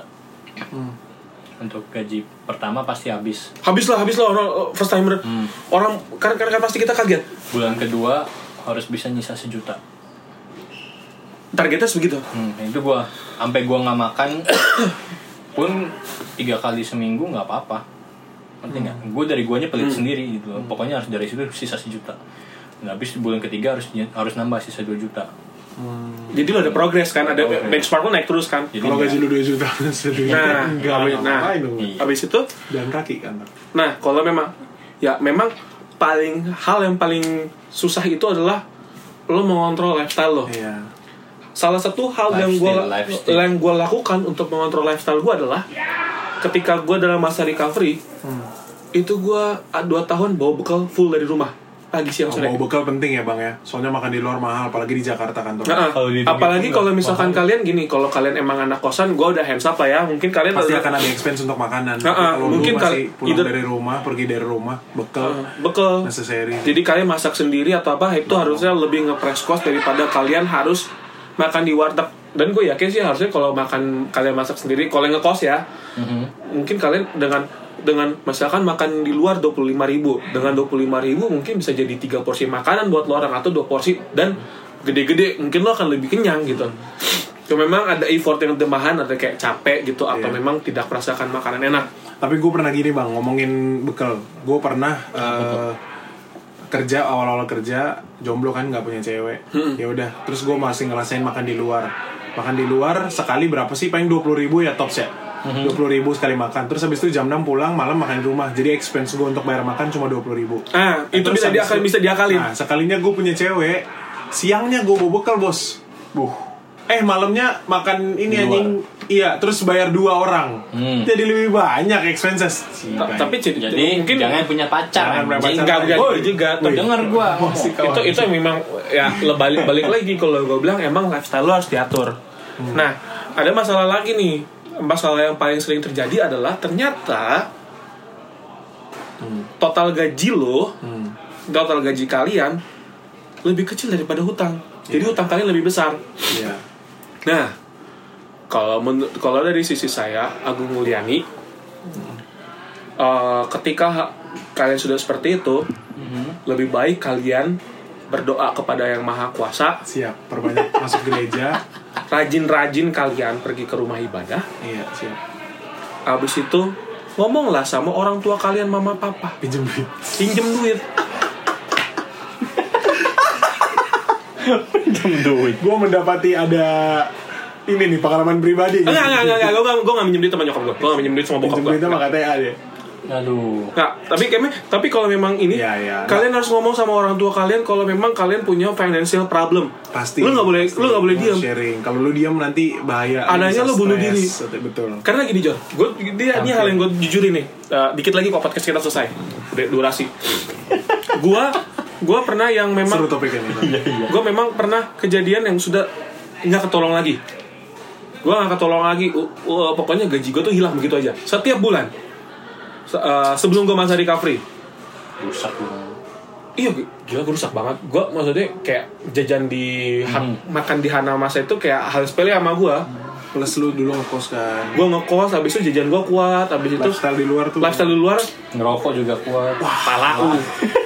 Untuk gaji pertama pasti habis. habis lah orang first timer. Orang kan pasti kita kaget. Bulan kedua harus bisa nyisa 1 juta. Targetnya sebegitu. Itu gue sampai gue nggak makan pun 3 kali seminggu nggak apa-apa. Ngerti nggak? Gue dari guanya pelit sendiri gitu. Pokoknya harus dari situ sisa 1 juta. Nah, habis bulan ketiga harus nambah sisa 2 juta. Jadi lo ada progres kan, ada benchmark lo naik terus kan. Jadi Kalau gaji lu 2 juta, Habis itu, jalan kaki kan. nah kalau memang hal yang paling susah itu adalah lo mengontrol lifestyle lo. Iya. Salah satu hal yang gue lakukan untuk mengontrol lifestyle gue adalah ketika gue dalam masa recovery, itu gue 2 tahun bawa bekal full dari rumah pagi siang sore. Bawa bekal penting ya bang ya, soalnya makan di luar mahal, apalagi di Jakarta kantor. Apalagi kalau misalkan kalian gini, kalau kalian emang anak kosan, gue udah hands up lah ya. Mungkin kalian pasti akan ada expense untuk makanan. Kalau mungkin lu masih pulang dari rumah, pergi dari rumah, bekal necessary. Jadi kalian masak sendiri atau apa, itu harusnya lebih nge-press cost daripada kalian harus makan di warteg. Dan gue yakin sih harusnya kalau makan kalian masak sendiri, kalau yang ngekos ya, mungkin kalian dengan misalkan makan di luar 25.000, dengan 25.000 mungkin bisa jadi 3 porsi makanan buat lo orang, atau 2 porsi dan gede-gede, mungkin lo akan lebih kenyang gitu. Cuma memang ada effort yang tambahan, ada kayak capek gitu, atau memang tidak merasakan makanan enak. Tapi gue pernah gini bang, ngomongin bekal, gue pernah kerja, awal-awal kerja jomblo kan, nggak punya cewek. Ya udah, terus gue masih ngerasain makan di luar sekali berapa sih, paling 20.000 ya tops ya. 20.000 sekali makan. Terus habis itu jam 6 pulang, malam makan di rumah. Jadi expense gue untuk bayar makan cuma 20.000. Itu bisa diakalin. Nah, sekalinya gue punya cewek, siangnya gue bawa bekal bos. Malamnya makan ini anjing. Iya, terus bayar 2 orang. Jadi lebih banyak expenses. Tapi jadi mungkin jangan punya pacar. Enggak juga. Dengar gue. Itu memang ya balik lagi kalau gue bilang emang lifestyle lo harus diatur. Nah, ada masalah lagi nih. Masalah yang paling sering terjadi adalah ternyata total gaji lo, total gaji kalian lebih kecil daripada hutang. Jadi hutang kalian lebih besar. Nah, kalau dari sisi saya, Agung Mulyani, ketika kalian sudah seperti itu, lebih baik kalian berdoa kepada Yang Maha Kuasa. Siap, perbanyak masuk gereja. Rajin-rajin kalian pergi ke rumah ibadah. Iya, siap. Abis itu ngomonglah sama orang tua kalian, mama papa, pinjem duit. Gue mendapati ada ini nih pengalaman pribadi. Enggak. Gue gak minjem duit sama nyokap gue. Gue gak minjem duit sama bokap gue. Pinjem duit sama KTA dia. Aduh. Nggak, tapi kalau memang ini Iya. kalian harus ngomong sama orang tua kalian kalau memang kalian punya financial problem. Pasti. Lu nggak boleh diam. Sharing. Kalau lu diam nanti bahaya. Adanya lu bunuh diri. Betul. Karena gini John, ini hal yang gue jujurin nih. Dikit lagi kok podcast kita selesai. Udah durasi. Gue pernah yang memang Seru topik ini. gue memang pernah kejadian yang sudah nggak ketolong lagi. Gue nggak ketolong lagi. Pokoknya gaji gue tuh hilang begitu aja. Setiap bulan. Sebelum gue masa recovery. Rusak dong. Iya, gila gue rusak banget. Gue maksudnya kayak jajan di makan di Hanamasa itu kayak hal sepele sama gue. Plus lu dulu ngekos kan. Gue ngekos, habis itu jajan gue kuat, habis itu Lifestyle di luar tuh. lifestyle di luar, Ngerokok juga kuat. wah pala lu.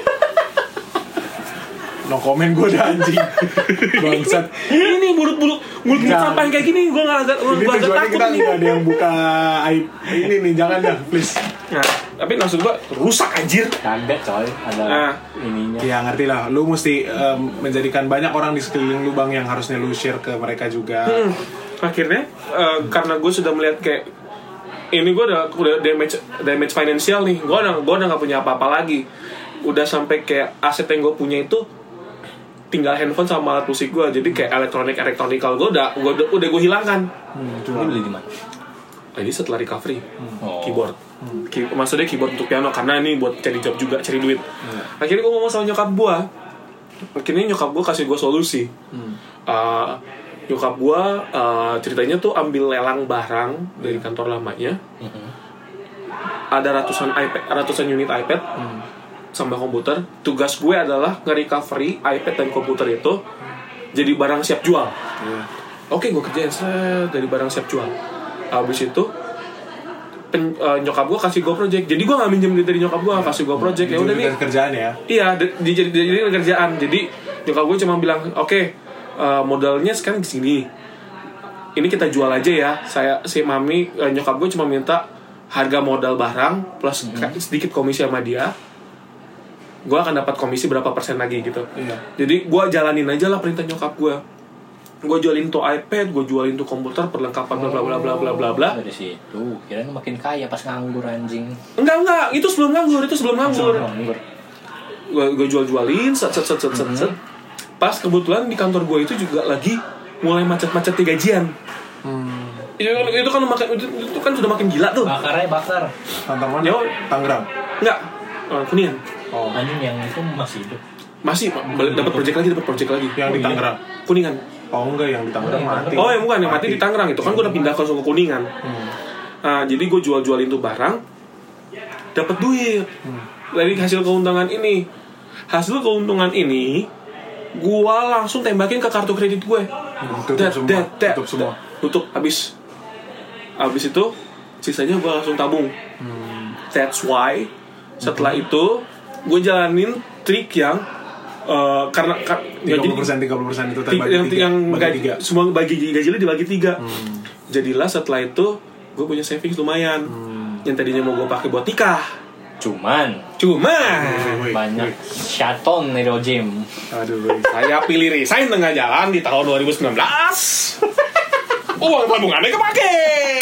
No comment gue udah anjing. Bangsat. Ini mulut sampah yang kayak gini, gue agak Ini tujuannya takut kita nih. nggak ada yang buka aib. Ini nih jangan dah please. Nah, tapi maksud gue rusak anjir. Kaget coy, ada Nah. ininya. Ya ngerti lah. Lu mesti menjadikan banyak orang di sekeliling lu bang yang harusnya lu share ke mereka juga. Akhirnya karena gue sudah melihat kayak ini gue udah damage financial nih, gue udah nggak punya apa-apa lagi, udah sampai kayak aset yang gue punya itu tinggal handphone sama alat musik gue, jadi kayak elektronikal gue udah gue hilangkan. Ini beli di mana? Ini setelah recovery, Oh. keyboard. Maksudnya keyboard untuk piano karena ini buat cari job juga, cari duit. Akhirnya gue ngomong sama nyokap gue. Akhirnya nyokap gue kasih gue solusi. Nyokap gue ceritanya tuh ambil lelang barang dari kantor lamanya. Ada ratusan unit iPad sama komputer. Tugas gue adalah nge-recovery iPad dan komputer itu jadi barang siap jual. Oke, gue kerjain dari barang siap jual. Habis itu nyokap gue kasih gue project. Jadi gue nggak minjem duit dari nyokap gue, kasih gue project. Ya udah nih. Kerjaan ya. Iya, jadi kerjaan. Jadi nyokap gue cuma bilang, oke, modalnya sekarang segini. Ini kita jual aja ya. Nyokap gue cuma minta harga modal barang plus sedikit komisi sama dia. Gue akan dapat komisi berapa persen lagi gitu. Iya. Jadi gue jalanin aja lah perintah nyokap gue. Gue jualin tuh iPad, gue jualin tuh komputer, perlengkapan bla bla bla bla bla bla bla. Dari situ, kirain lu makin kaya pas nganggur anjing. Enggak, itu sebelum nganggur. Nganggur. Gue jualin, set. Pas kebetulan di kantor gue itu juga lagi mulai macet-macet gajian. Itu kan sudah makin gila tuh. Bakar. Kantor mana? Yo. Tangerang. Enggak, Kuningan. Oh. Anjing yang itu masih hidup. Masih dapat project lagi. Yang di Tangerang. Kuningan. Oh enggak, yang di Tangerang mati. Oh yang bukan, yang mati di Tangerang. Itu kan gue udah pindah ke Kuningan. Nah, jadi gue jualin tuh barang, dapat duit dari hasil keuntungan ini. Hasil keuntungan ini gue langsung tembakin ke kartu kredit gue. Tutup semua. Tutup habis itu sisanya gue langsung tabung. That's why setelah itu gue jalanin trik yang karena 30% itu semua bagi gajinya dibagi 3. Jadilah setelah itu gue punya savings lumayan. Yang tadinya mau gue pakai buat nikah. Cuman banyak shaton nih Rojim. Aduh, saya pilih resign tengah jalan di tahun 2019. Uang tabungannya kepake.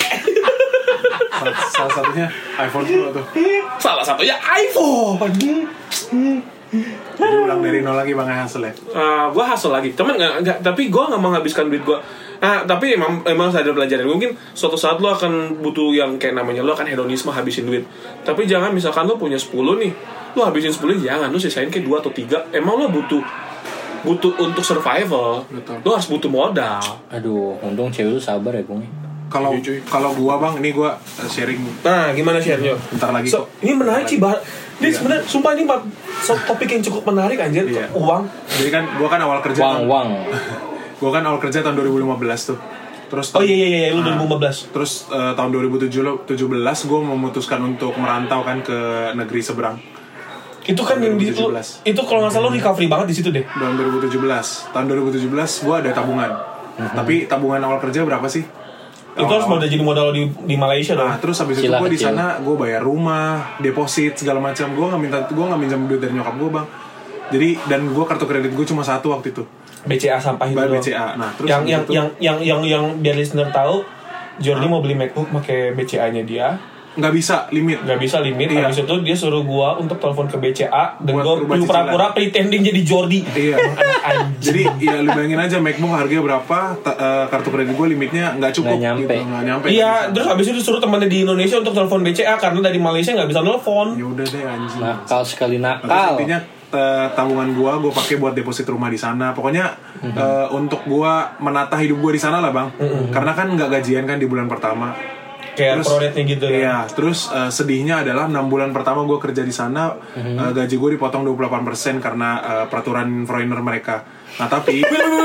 Salah satunya iPhone Pro tuh. Salah satunya iPhone. Jadi ulang dari nol lagi Bang Hasil ya. Gue hustle lagi, tapi gue nggak menghabiskan duit gue. Tapi emang sadar pelajaran. Mungkin suatu saat lo akan butuh yang kayak namanya lo akan hedonisme habisin duit. Tapi jangan misalkan lo punya 10 nih, lo habisin 10 jangan, lo sisain kayak 2 atau 3. Emang lo butuh untuk survival. Betul. Lo harus butuh modal. Aduh, untung cewek lu sabar ya, Bung. Kalau gua Bang, ini gua sharing Nah, gimana share-nya? bentar lagi kok. Ini menarik sih, ini sebenarnya sumpah ini topik yang cukup menarik anjir. Iya. Uang. Jadi kan gua kan awal kerja Gua kan awal kerja tahun 2015 tuh. Terus Oh iya, lu 2015. Terus tahun 2017 gua memutuskan untuk merantau kan ke negeri seberang. Itu kan yang di itu kalau nggak salah lu recovery banget di situ deh. Tahun 2017 gua ada tabungan. Tapi tabungan awal kerja berapa sih? Itu harus modal jadi modal di Malaysia dong. Nah, terus habis itu gue di sana gue bayar rumah, deposit segala macam. Gue nggak minjam duit dari nyokap gue Bang. Jadi dan gue kartu kredit gue cuma 1 waktu itu. BCA sampah itu. BCA. Nah, terus yang biar listener tahu, Jordi mau beli MacBook pakai BCA-nya dia. nggak bisa limit. Iya. Habis itu dia suruh gua untuk telepon ke BCA dan Buat gua rubah pura-pura pretending jadi Jordi. Iya. Jadi ya lu bayangin aja MacBook harganya berapa, kartu kredit gue limitnya nggak cukup. Nggak nyampe. Gitu. Nggak nyampe. Iya, terus habis itu disuruh temannya di Indonesia untuk telepon BCA karena dari Malaysia nggak bisa nelfon. Ya udah deh anjing. Nakal sekali Terus nakal. intinya tabungan gue pakai buat deposit rumah di sana. Pokoknya untuk gue menata hidup gue di sana lah bang. Karena kan nggak gajian kan di bulan pertama. Kayak Terus, proretnya gitu kan. Iya, terus sedihnya adalah 6 bulan pertama gue kerja di sana, gaji gue dipotong 28% karena peraturan foreigner mereka. Nah tapi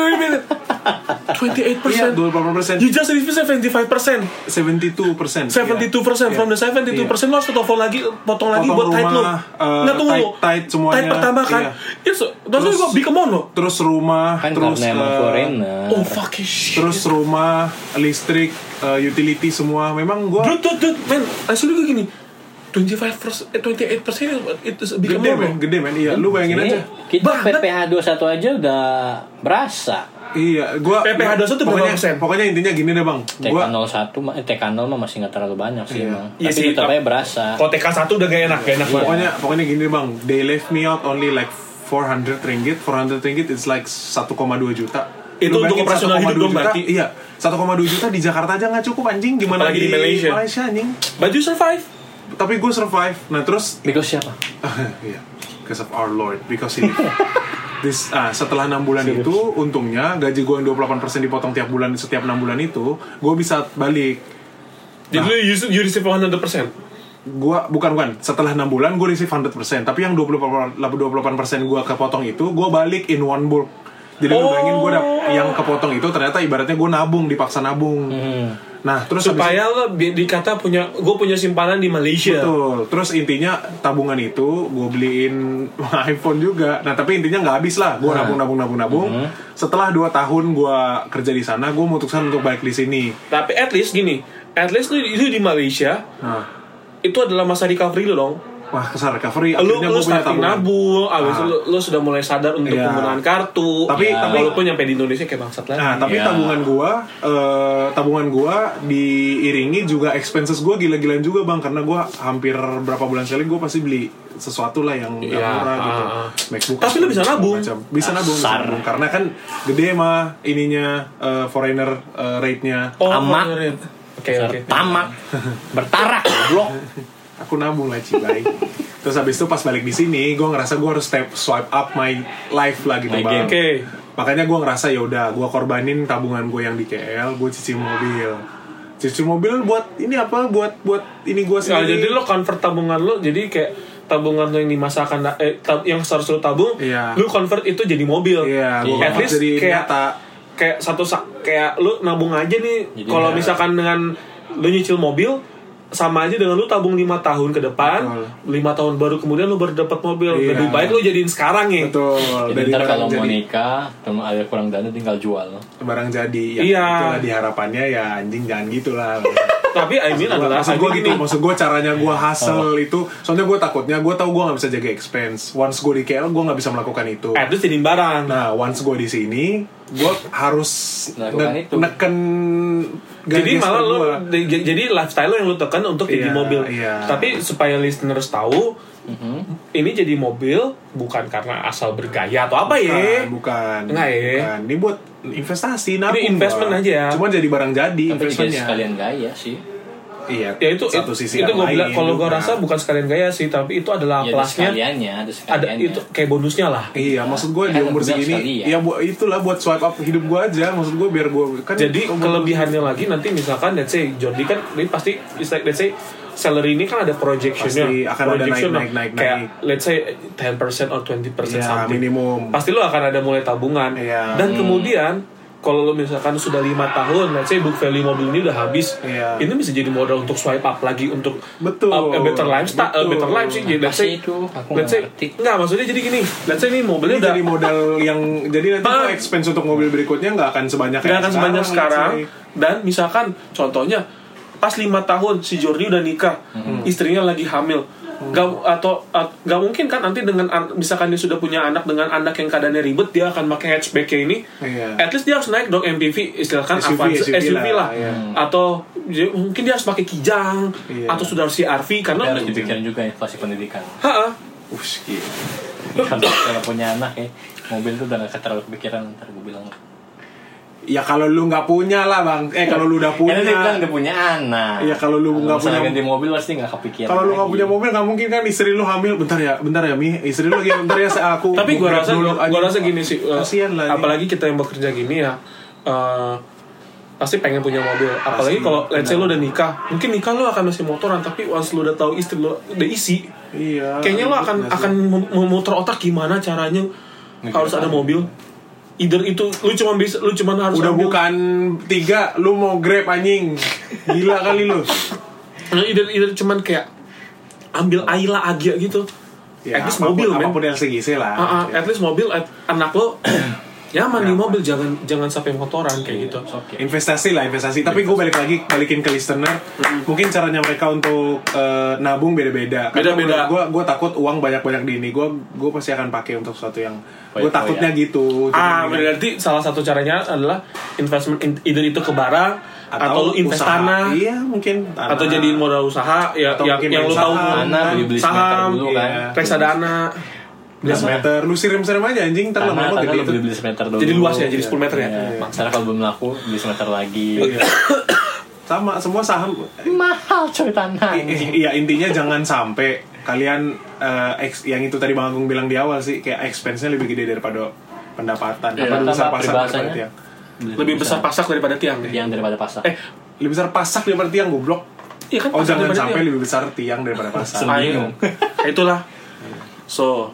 28%. iya 28%. You just receive 75%. 72%. 72% from the 72% lo harus potong lagi buat tight lo. Nggak tunggu lo. Tight semuanya. Tight pertama kan. Iya. Terus gue become mono. Terus rumah, Kan terus karena emang foreigner. Oh fucking shit. terus rumah, listrik, utility semua. Memang gue Dude, man, asli gue gini. 28% itu become mono. gede men. Iya, lu bayangin aja. Kita Banget. PPH 21 aja udah berasa. Iya, gua PPH 21 berapa persen? Pokoknya intinya gini deh bang. Gua TK0 mah masih nggak terlalu banyak sih emang. Iya Tapi sih, tetap aja berasa. Kalau TK1 udah gak enak banget. pokoknya gini deh bang. They left me out only like 400 ringgit. 400 ringgit is like 1,2 juta. Itu Lu untuk bayangin operasional 1,2 hidup dong juta, berarti. Iya, 1,2 juta di Jakarta aja nggak cukup anjing. Gimana Apalagi di Malaysia. anjing. But you survive. Tapi gue survive. Nah terus Because siapa? Iya, because of our Lord, because he setelah 6 bulan itu, untungnya gaji gue yang 28% dipotong tiap bulan setiap 6 bulan itu, gue bisa balik. Jadi lu you receive 100%. Gua bukan setelah 6 bulan gue receive 100%, tapi yang 28% gue kepotong itu gue balik in one bulk. Jadi lu bayangin gue yang kepotong itu ternyata ibaratnya gue nabung, dipaksa nabung. Nah terus Supaya lo dikata gue punya simpanan di Malaysia. betul. Terus intinya tabungan itu gue beliin iPhone juga. Nah tapi intinya nggak habis lah. Gue nabung. Setelah 2 tahun gue kerja di sana, gue memutuskan untuk balik di sini. Tapi at least gini, lu itu di Malaysia Nah, itu adalah masa recovery lu dong. wah kesal recovery. Lu Akhirnya gue punya starting tabungan. nabung, abis itu lu sudah mulai sadar untuk Iya. penggunaan kartu. Tapi- walaupun nyampe di Indonesia kayak bangsat lagi. Nah, tapi Iya. tabungan gua diiringi juga expenses gua gila-gilaan juga bang, karena gua hampir berapa bulan sekali gua pasti beli sesuatu lah yang Iya, murah gitu. MacBook. Tapi lu bisa nabung. Bisa nabung, karena kan gede mah ininya foreigner rate-nya. Tamak. Oke. Tamak. Bertarak goblok. Aku nabung lah Cibai. Terus habis itu pas balik di sini, gue ngerasa gue harus swipe up my life lah gitu My bang. game. Oke. Makanya gue ngerasa ya udah, gue korbanin tabungan gue yang di KL, gue cicil mobil. Cicil mobil buat ini apa? Buat ini gue Nah, sendiri. jadi lo convert tabungan lo jadi kayak tabungan lo yang dimasakan yang harus lo tabung, Iya. lo convert itu jadi mobil. Iya, gue At least jadi kayak data. kayak kayak lo nabung aja nih. Jadi Kalau ya. misalkan dengan lo nyicil mobil sama aja dengan lu tabung 5 tahun ke depan. Betul. 5 tahun baru kemudian lu baru dapat mobil. Iya. Lebih baik lu jadiin sekarang ya. Betul. Jadi ntar kalau mau jadi nikah, cuma ada kurang dana tinggal jual. barang jadi. Ya, Iya. itulah diharapannya ya anjing jangan gitulah. Tapi I mean adalah Maksud gue I mean gitu, gini. maksud gue caranya gue hustle itu, soalnya gue takutnya, gue tahu gue nggak bisa jaga expense. Once gue di KL, gue nggak bisa melakukan itu. At least jadiin barang. Nah, once gue di sini, gue harus Melakukan itu. neken Jadi gages malah per lo gua. jadi lifestyle lo yang lo tekan untuk jadi Iya, mobil. iya. Tapi supaya listeners tahu, ini jadi mobil bukan karena asal bergaya atau apa ya? Bukan. Enggak ya? Bukan. Ini buat investasi, nabung. Ini investment gua. aja. Cuma jadi barang jadi Tapi juga investmentnya. sekalian gaya sih. Iya. Ya itu satu sisi itu yang gue bilang lain kalau gue juga. rasa bukan sekalian gaya sih, tapi itu adalah Ya ada plusnya. sekaliannya, ada Ada sekaliannya. itu kayak bonusnya lah. Iya, maksud gue di Kan umur bilang segini, sekalian. ya itulah buat swipe up hidup gue aja. Maksud gue biar gue kan. Jadi kelebihannya lagi nanti misalkan let's say Jordi kan ini pasti let's say salary ini kan ada projectionnya. Pasti akan ada Projection naik. Kayak let's say 10% or 20% Ya, something. minimum. Pasti lo akan ada mulai tabungan. Iya. Dan kemudian kalau lo misalkan sudah 5 tahun, let's say book value mobil ini udah habis, Iya. ini bisa jadi modal untuk swipe up lagi untuk Betul. a better lifestyle, Betul. better life sih. Jadi let's say Apa sih itu? Aku let's say nggak ngerti. enggak maksudnya jadi gini, let's say ini mobilnya Ini udah jadi modal yang jadi nanti Ah. gue expense untuk mobil berikutnya nggak akan sebanyak nggak akan sebanyak sekarang. let's say. Dan misalkan contohnya pas 5 tahun si Jordi udah nikah, istrinya lagi hamil, Gak mungkin kan nanti dengan misalkan dia sudah punya anak dengan anak yang keadaannya ribet, dia akan pakai hatchback kayak ini. At least dia harus naik dong MPV, istilahkan SUV lah. Atau mungkin dia harus pakai Kijang atau sudah harus CR-V karena harus dipikirin juga inflasi pendidikan. Kalau punya anak ya, mobil tuh udah gak terlalu kepikiran, ntar gue bilang. Ya kalau lu nggak punya lah bang, kalau lu udah punya. Karena dia bilang udah punya anak. Ya kalau lu nggak punya ganti mobil pasti nggak kepikiran. Kalau lu nggak punya mobil nggak mungkin kan istri lu hamil. Bentar ya Mi, istri lu lagi bentar ya aku. Tapi gue rasa gini sih, kasian lah. Apalagi kita yang bekerja gini ya, pasti pengen punya mobil. Apalagi kalau let's say lu udah nikah, mungkin nikah lu akan masih motoran, tapi once lu udah tahu istri lu udah isi, kayaknya lu akan memutar otak gimana caranya harus ada mobil. Either itu lu cuma harus udah ambil. Bukan 3, lu mau Grab anjing. Gila kali lu. Either cuman kayak ambil Ayla Agia gitu. Ya, at least mobil apapun LCGC lah. At least mobil anak lo nyaman di mobil, jangan sampai motoran kayak gitu. Investasi. Tapi gue balikin ke listener. Mungkin caranya mereka untuk nabung beda-beda. Beda-beda. Gue takut uang banyak-banyak di ini. Gue pasti akan pakai untuk sesuatu yang gue takutnya gitu. Berarti salah satu caranya adalah investment, either itu ke barang atau lu invest tanah. Iya mungkin tanah. Atau jadiin modal usaha ya, yang lu tahu tanah, beli saham dulu kan. Reksadana. Beli semeter, lu siram-siram aja anjing, ntar lama-lama gede. Beli semeter dulu. Jadi luas ya, jadi 10 meter ya. Maksudnya kalau belum laku beli semeter lagi. Sama semua saham mahal coy tanah. Iya intinya jangan sampai kalian yang itu tadi Bang Agung bilang di awal sih, kayak expense-nya lebih gede daripada pendapatan. Lebih besar pasak daripada tiang. Lebih besar pasak daripada tiang. Tiang daripada pasak. Lebih besar pasak daripada tiang, goblok. Iya kan. Jangan sampai lebih besar tiang daripada pasak. Itulah. So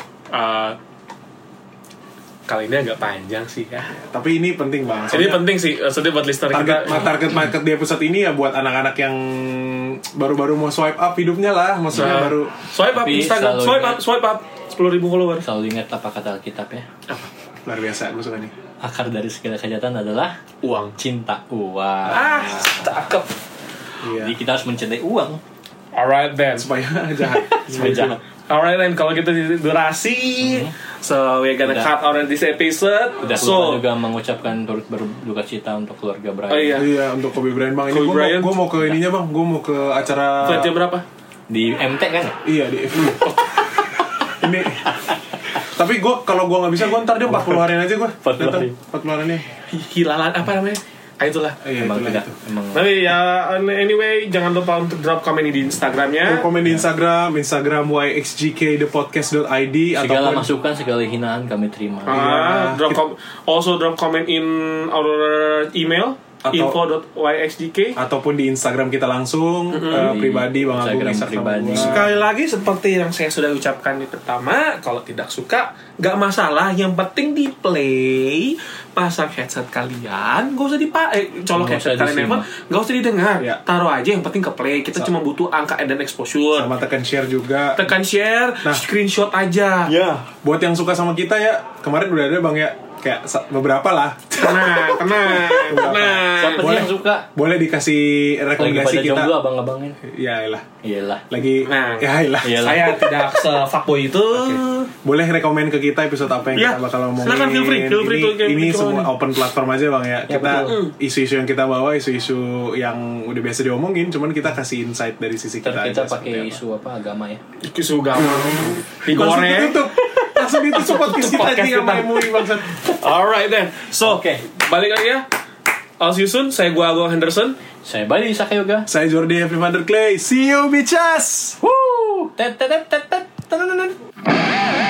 kali ini agak panjang sih ya. Tapi ini penting Bang. Ini penting sih, sedih buat listener kita. Target market di episode ini ya buat anak-anak yang baru-baru mau swipe up hidupnya lah, maksudnya baru swipe up Instagram, swipe up 10.000 follower. Selalu ingat apa kata Alkitab ya. Apa? Luar biasa, gue suka nih. Akar dari segala kejahatan adalah uang. Cinta uang. Cakep. Iya. Jadi kita harus mencintai uang. Alright then. Supaya jahat. Alright then, kalau kita di durasi, so we're gonna cut out this episode. Udah lupa juga mengucapkan turut berduka cita untuk keluarga Brian. Oh iya untuk Kobe Bryant Bang. Ini gue mau ke ininya Bang, gue mau ke acara. Flight jam berapa? Di MT kan? Iya di FU. Ini. Tapi kalau gue nggak bisa, gue ntar dia 40 harian aja gue. 40 harian. Hilalan apa namanya? Itulah. Emang tidak. Tapi ya anyway, jangan lupa untuk drop komen di Instagramnya. Komen di Instagram yxgk.thepodcast.id. Segala masukan, segala hinaan kami terima. Drop comment in our email info.yxgk ataupun di Instagram kita langsung pribadi Bang Agung pribadi. Sekali lagi seperti yang saya sudah ucapkan di pertama, kalau tidak suka nggak masalah, yang penting di play, pasang headset kalian, nggak usah colok headset kalian nggak usah didengar, taruh aja, yang penting ke play. Kita cuma butuh angka dan exposure, sama tekan share juga, screenshot aja. Buat yang suka sama kita ya, kemarin udah ada Bang ya, kayak beberapa lah. Tenang. Siapa sih yang suka? Boleh dikasih rekomendasi kita. Lagi pada jomblo abang-abangin. Iyalah. Lagi. Iyalah. Saya tidak se-fuckboy itu. Boleh rekomen ke kita episode apa yang kita bakal ngomongin. Silakan feel free. Ini semua open platform aja Bang ya. Kita isu-isu yang kita bawa, isu-isu yang udah biasa diomongin, cuman kita kasih insight dari sisi kita aja. Kita pakai isu apa, agama ya. Isu agama. Digoreng. Langsung ditutup podcast kita aja sama MUI bangsat. Alright then. So, balik lagi ya. I'll see you soon. Saya Agung Henderson. Saya Bali Sakayoga. Saya Jordi Every Clay. See you bitches. Woo!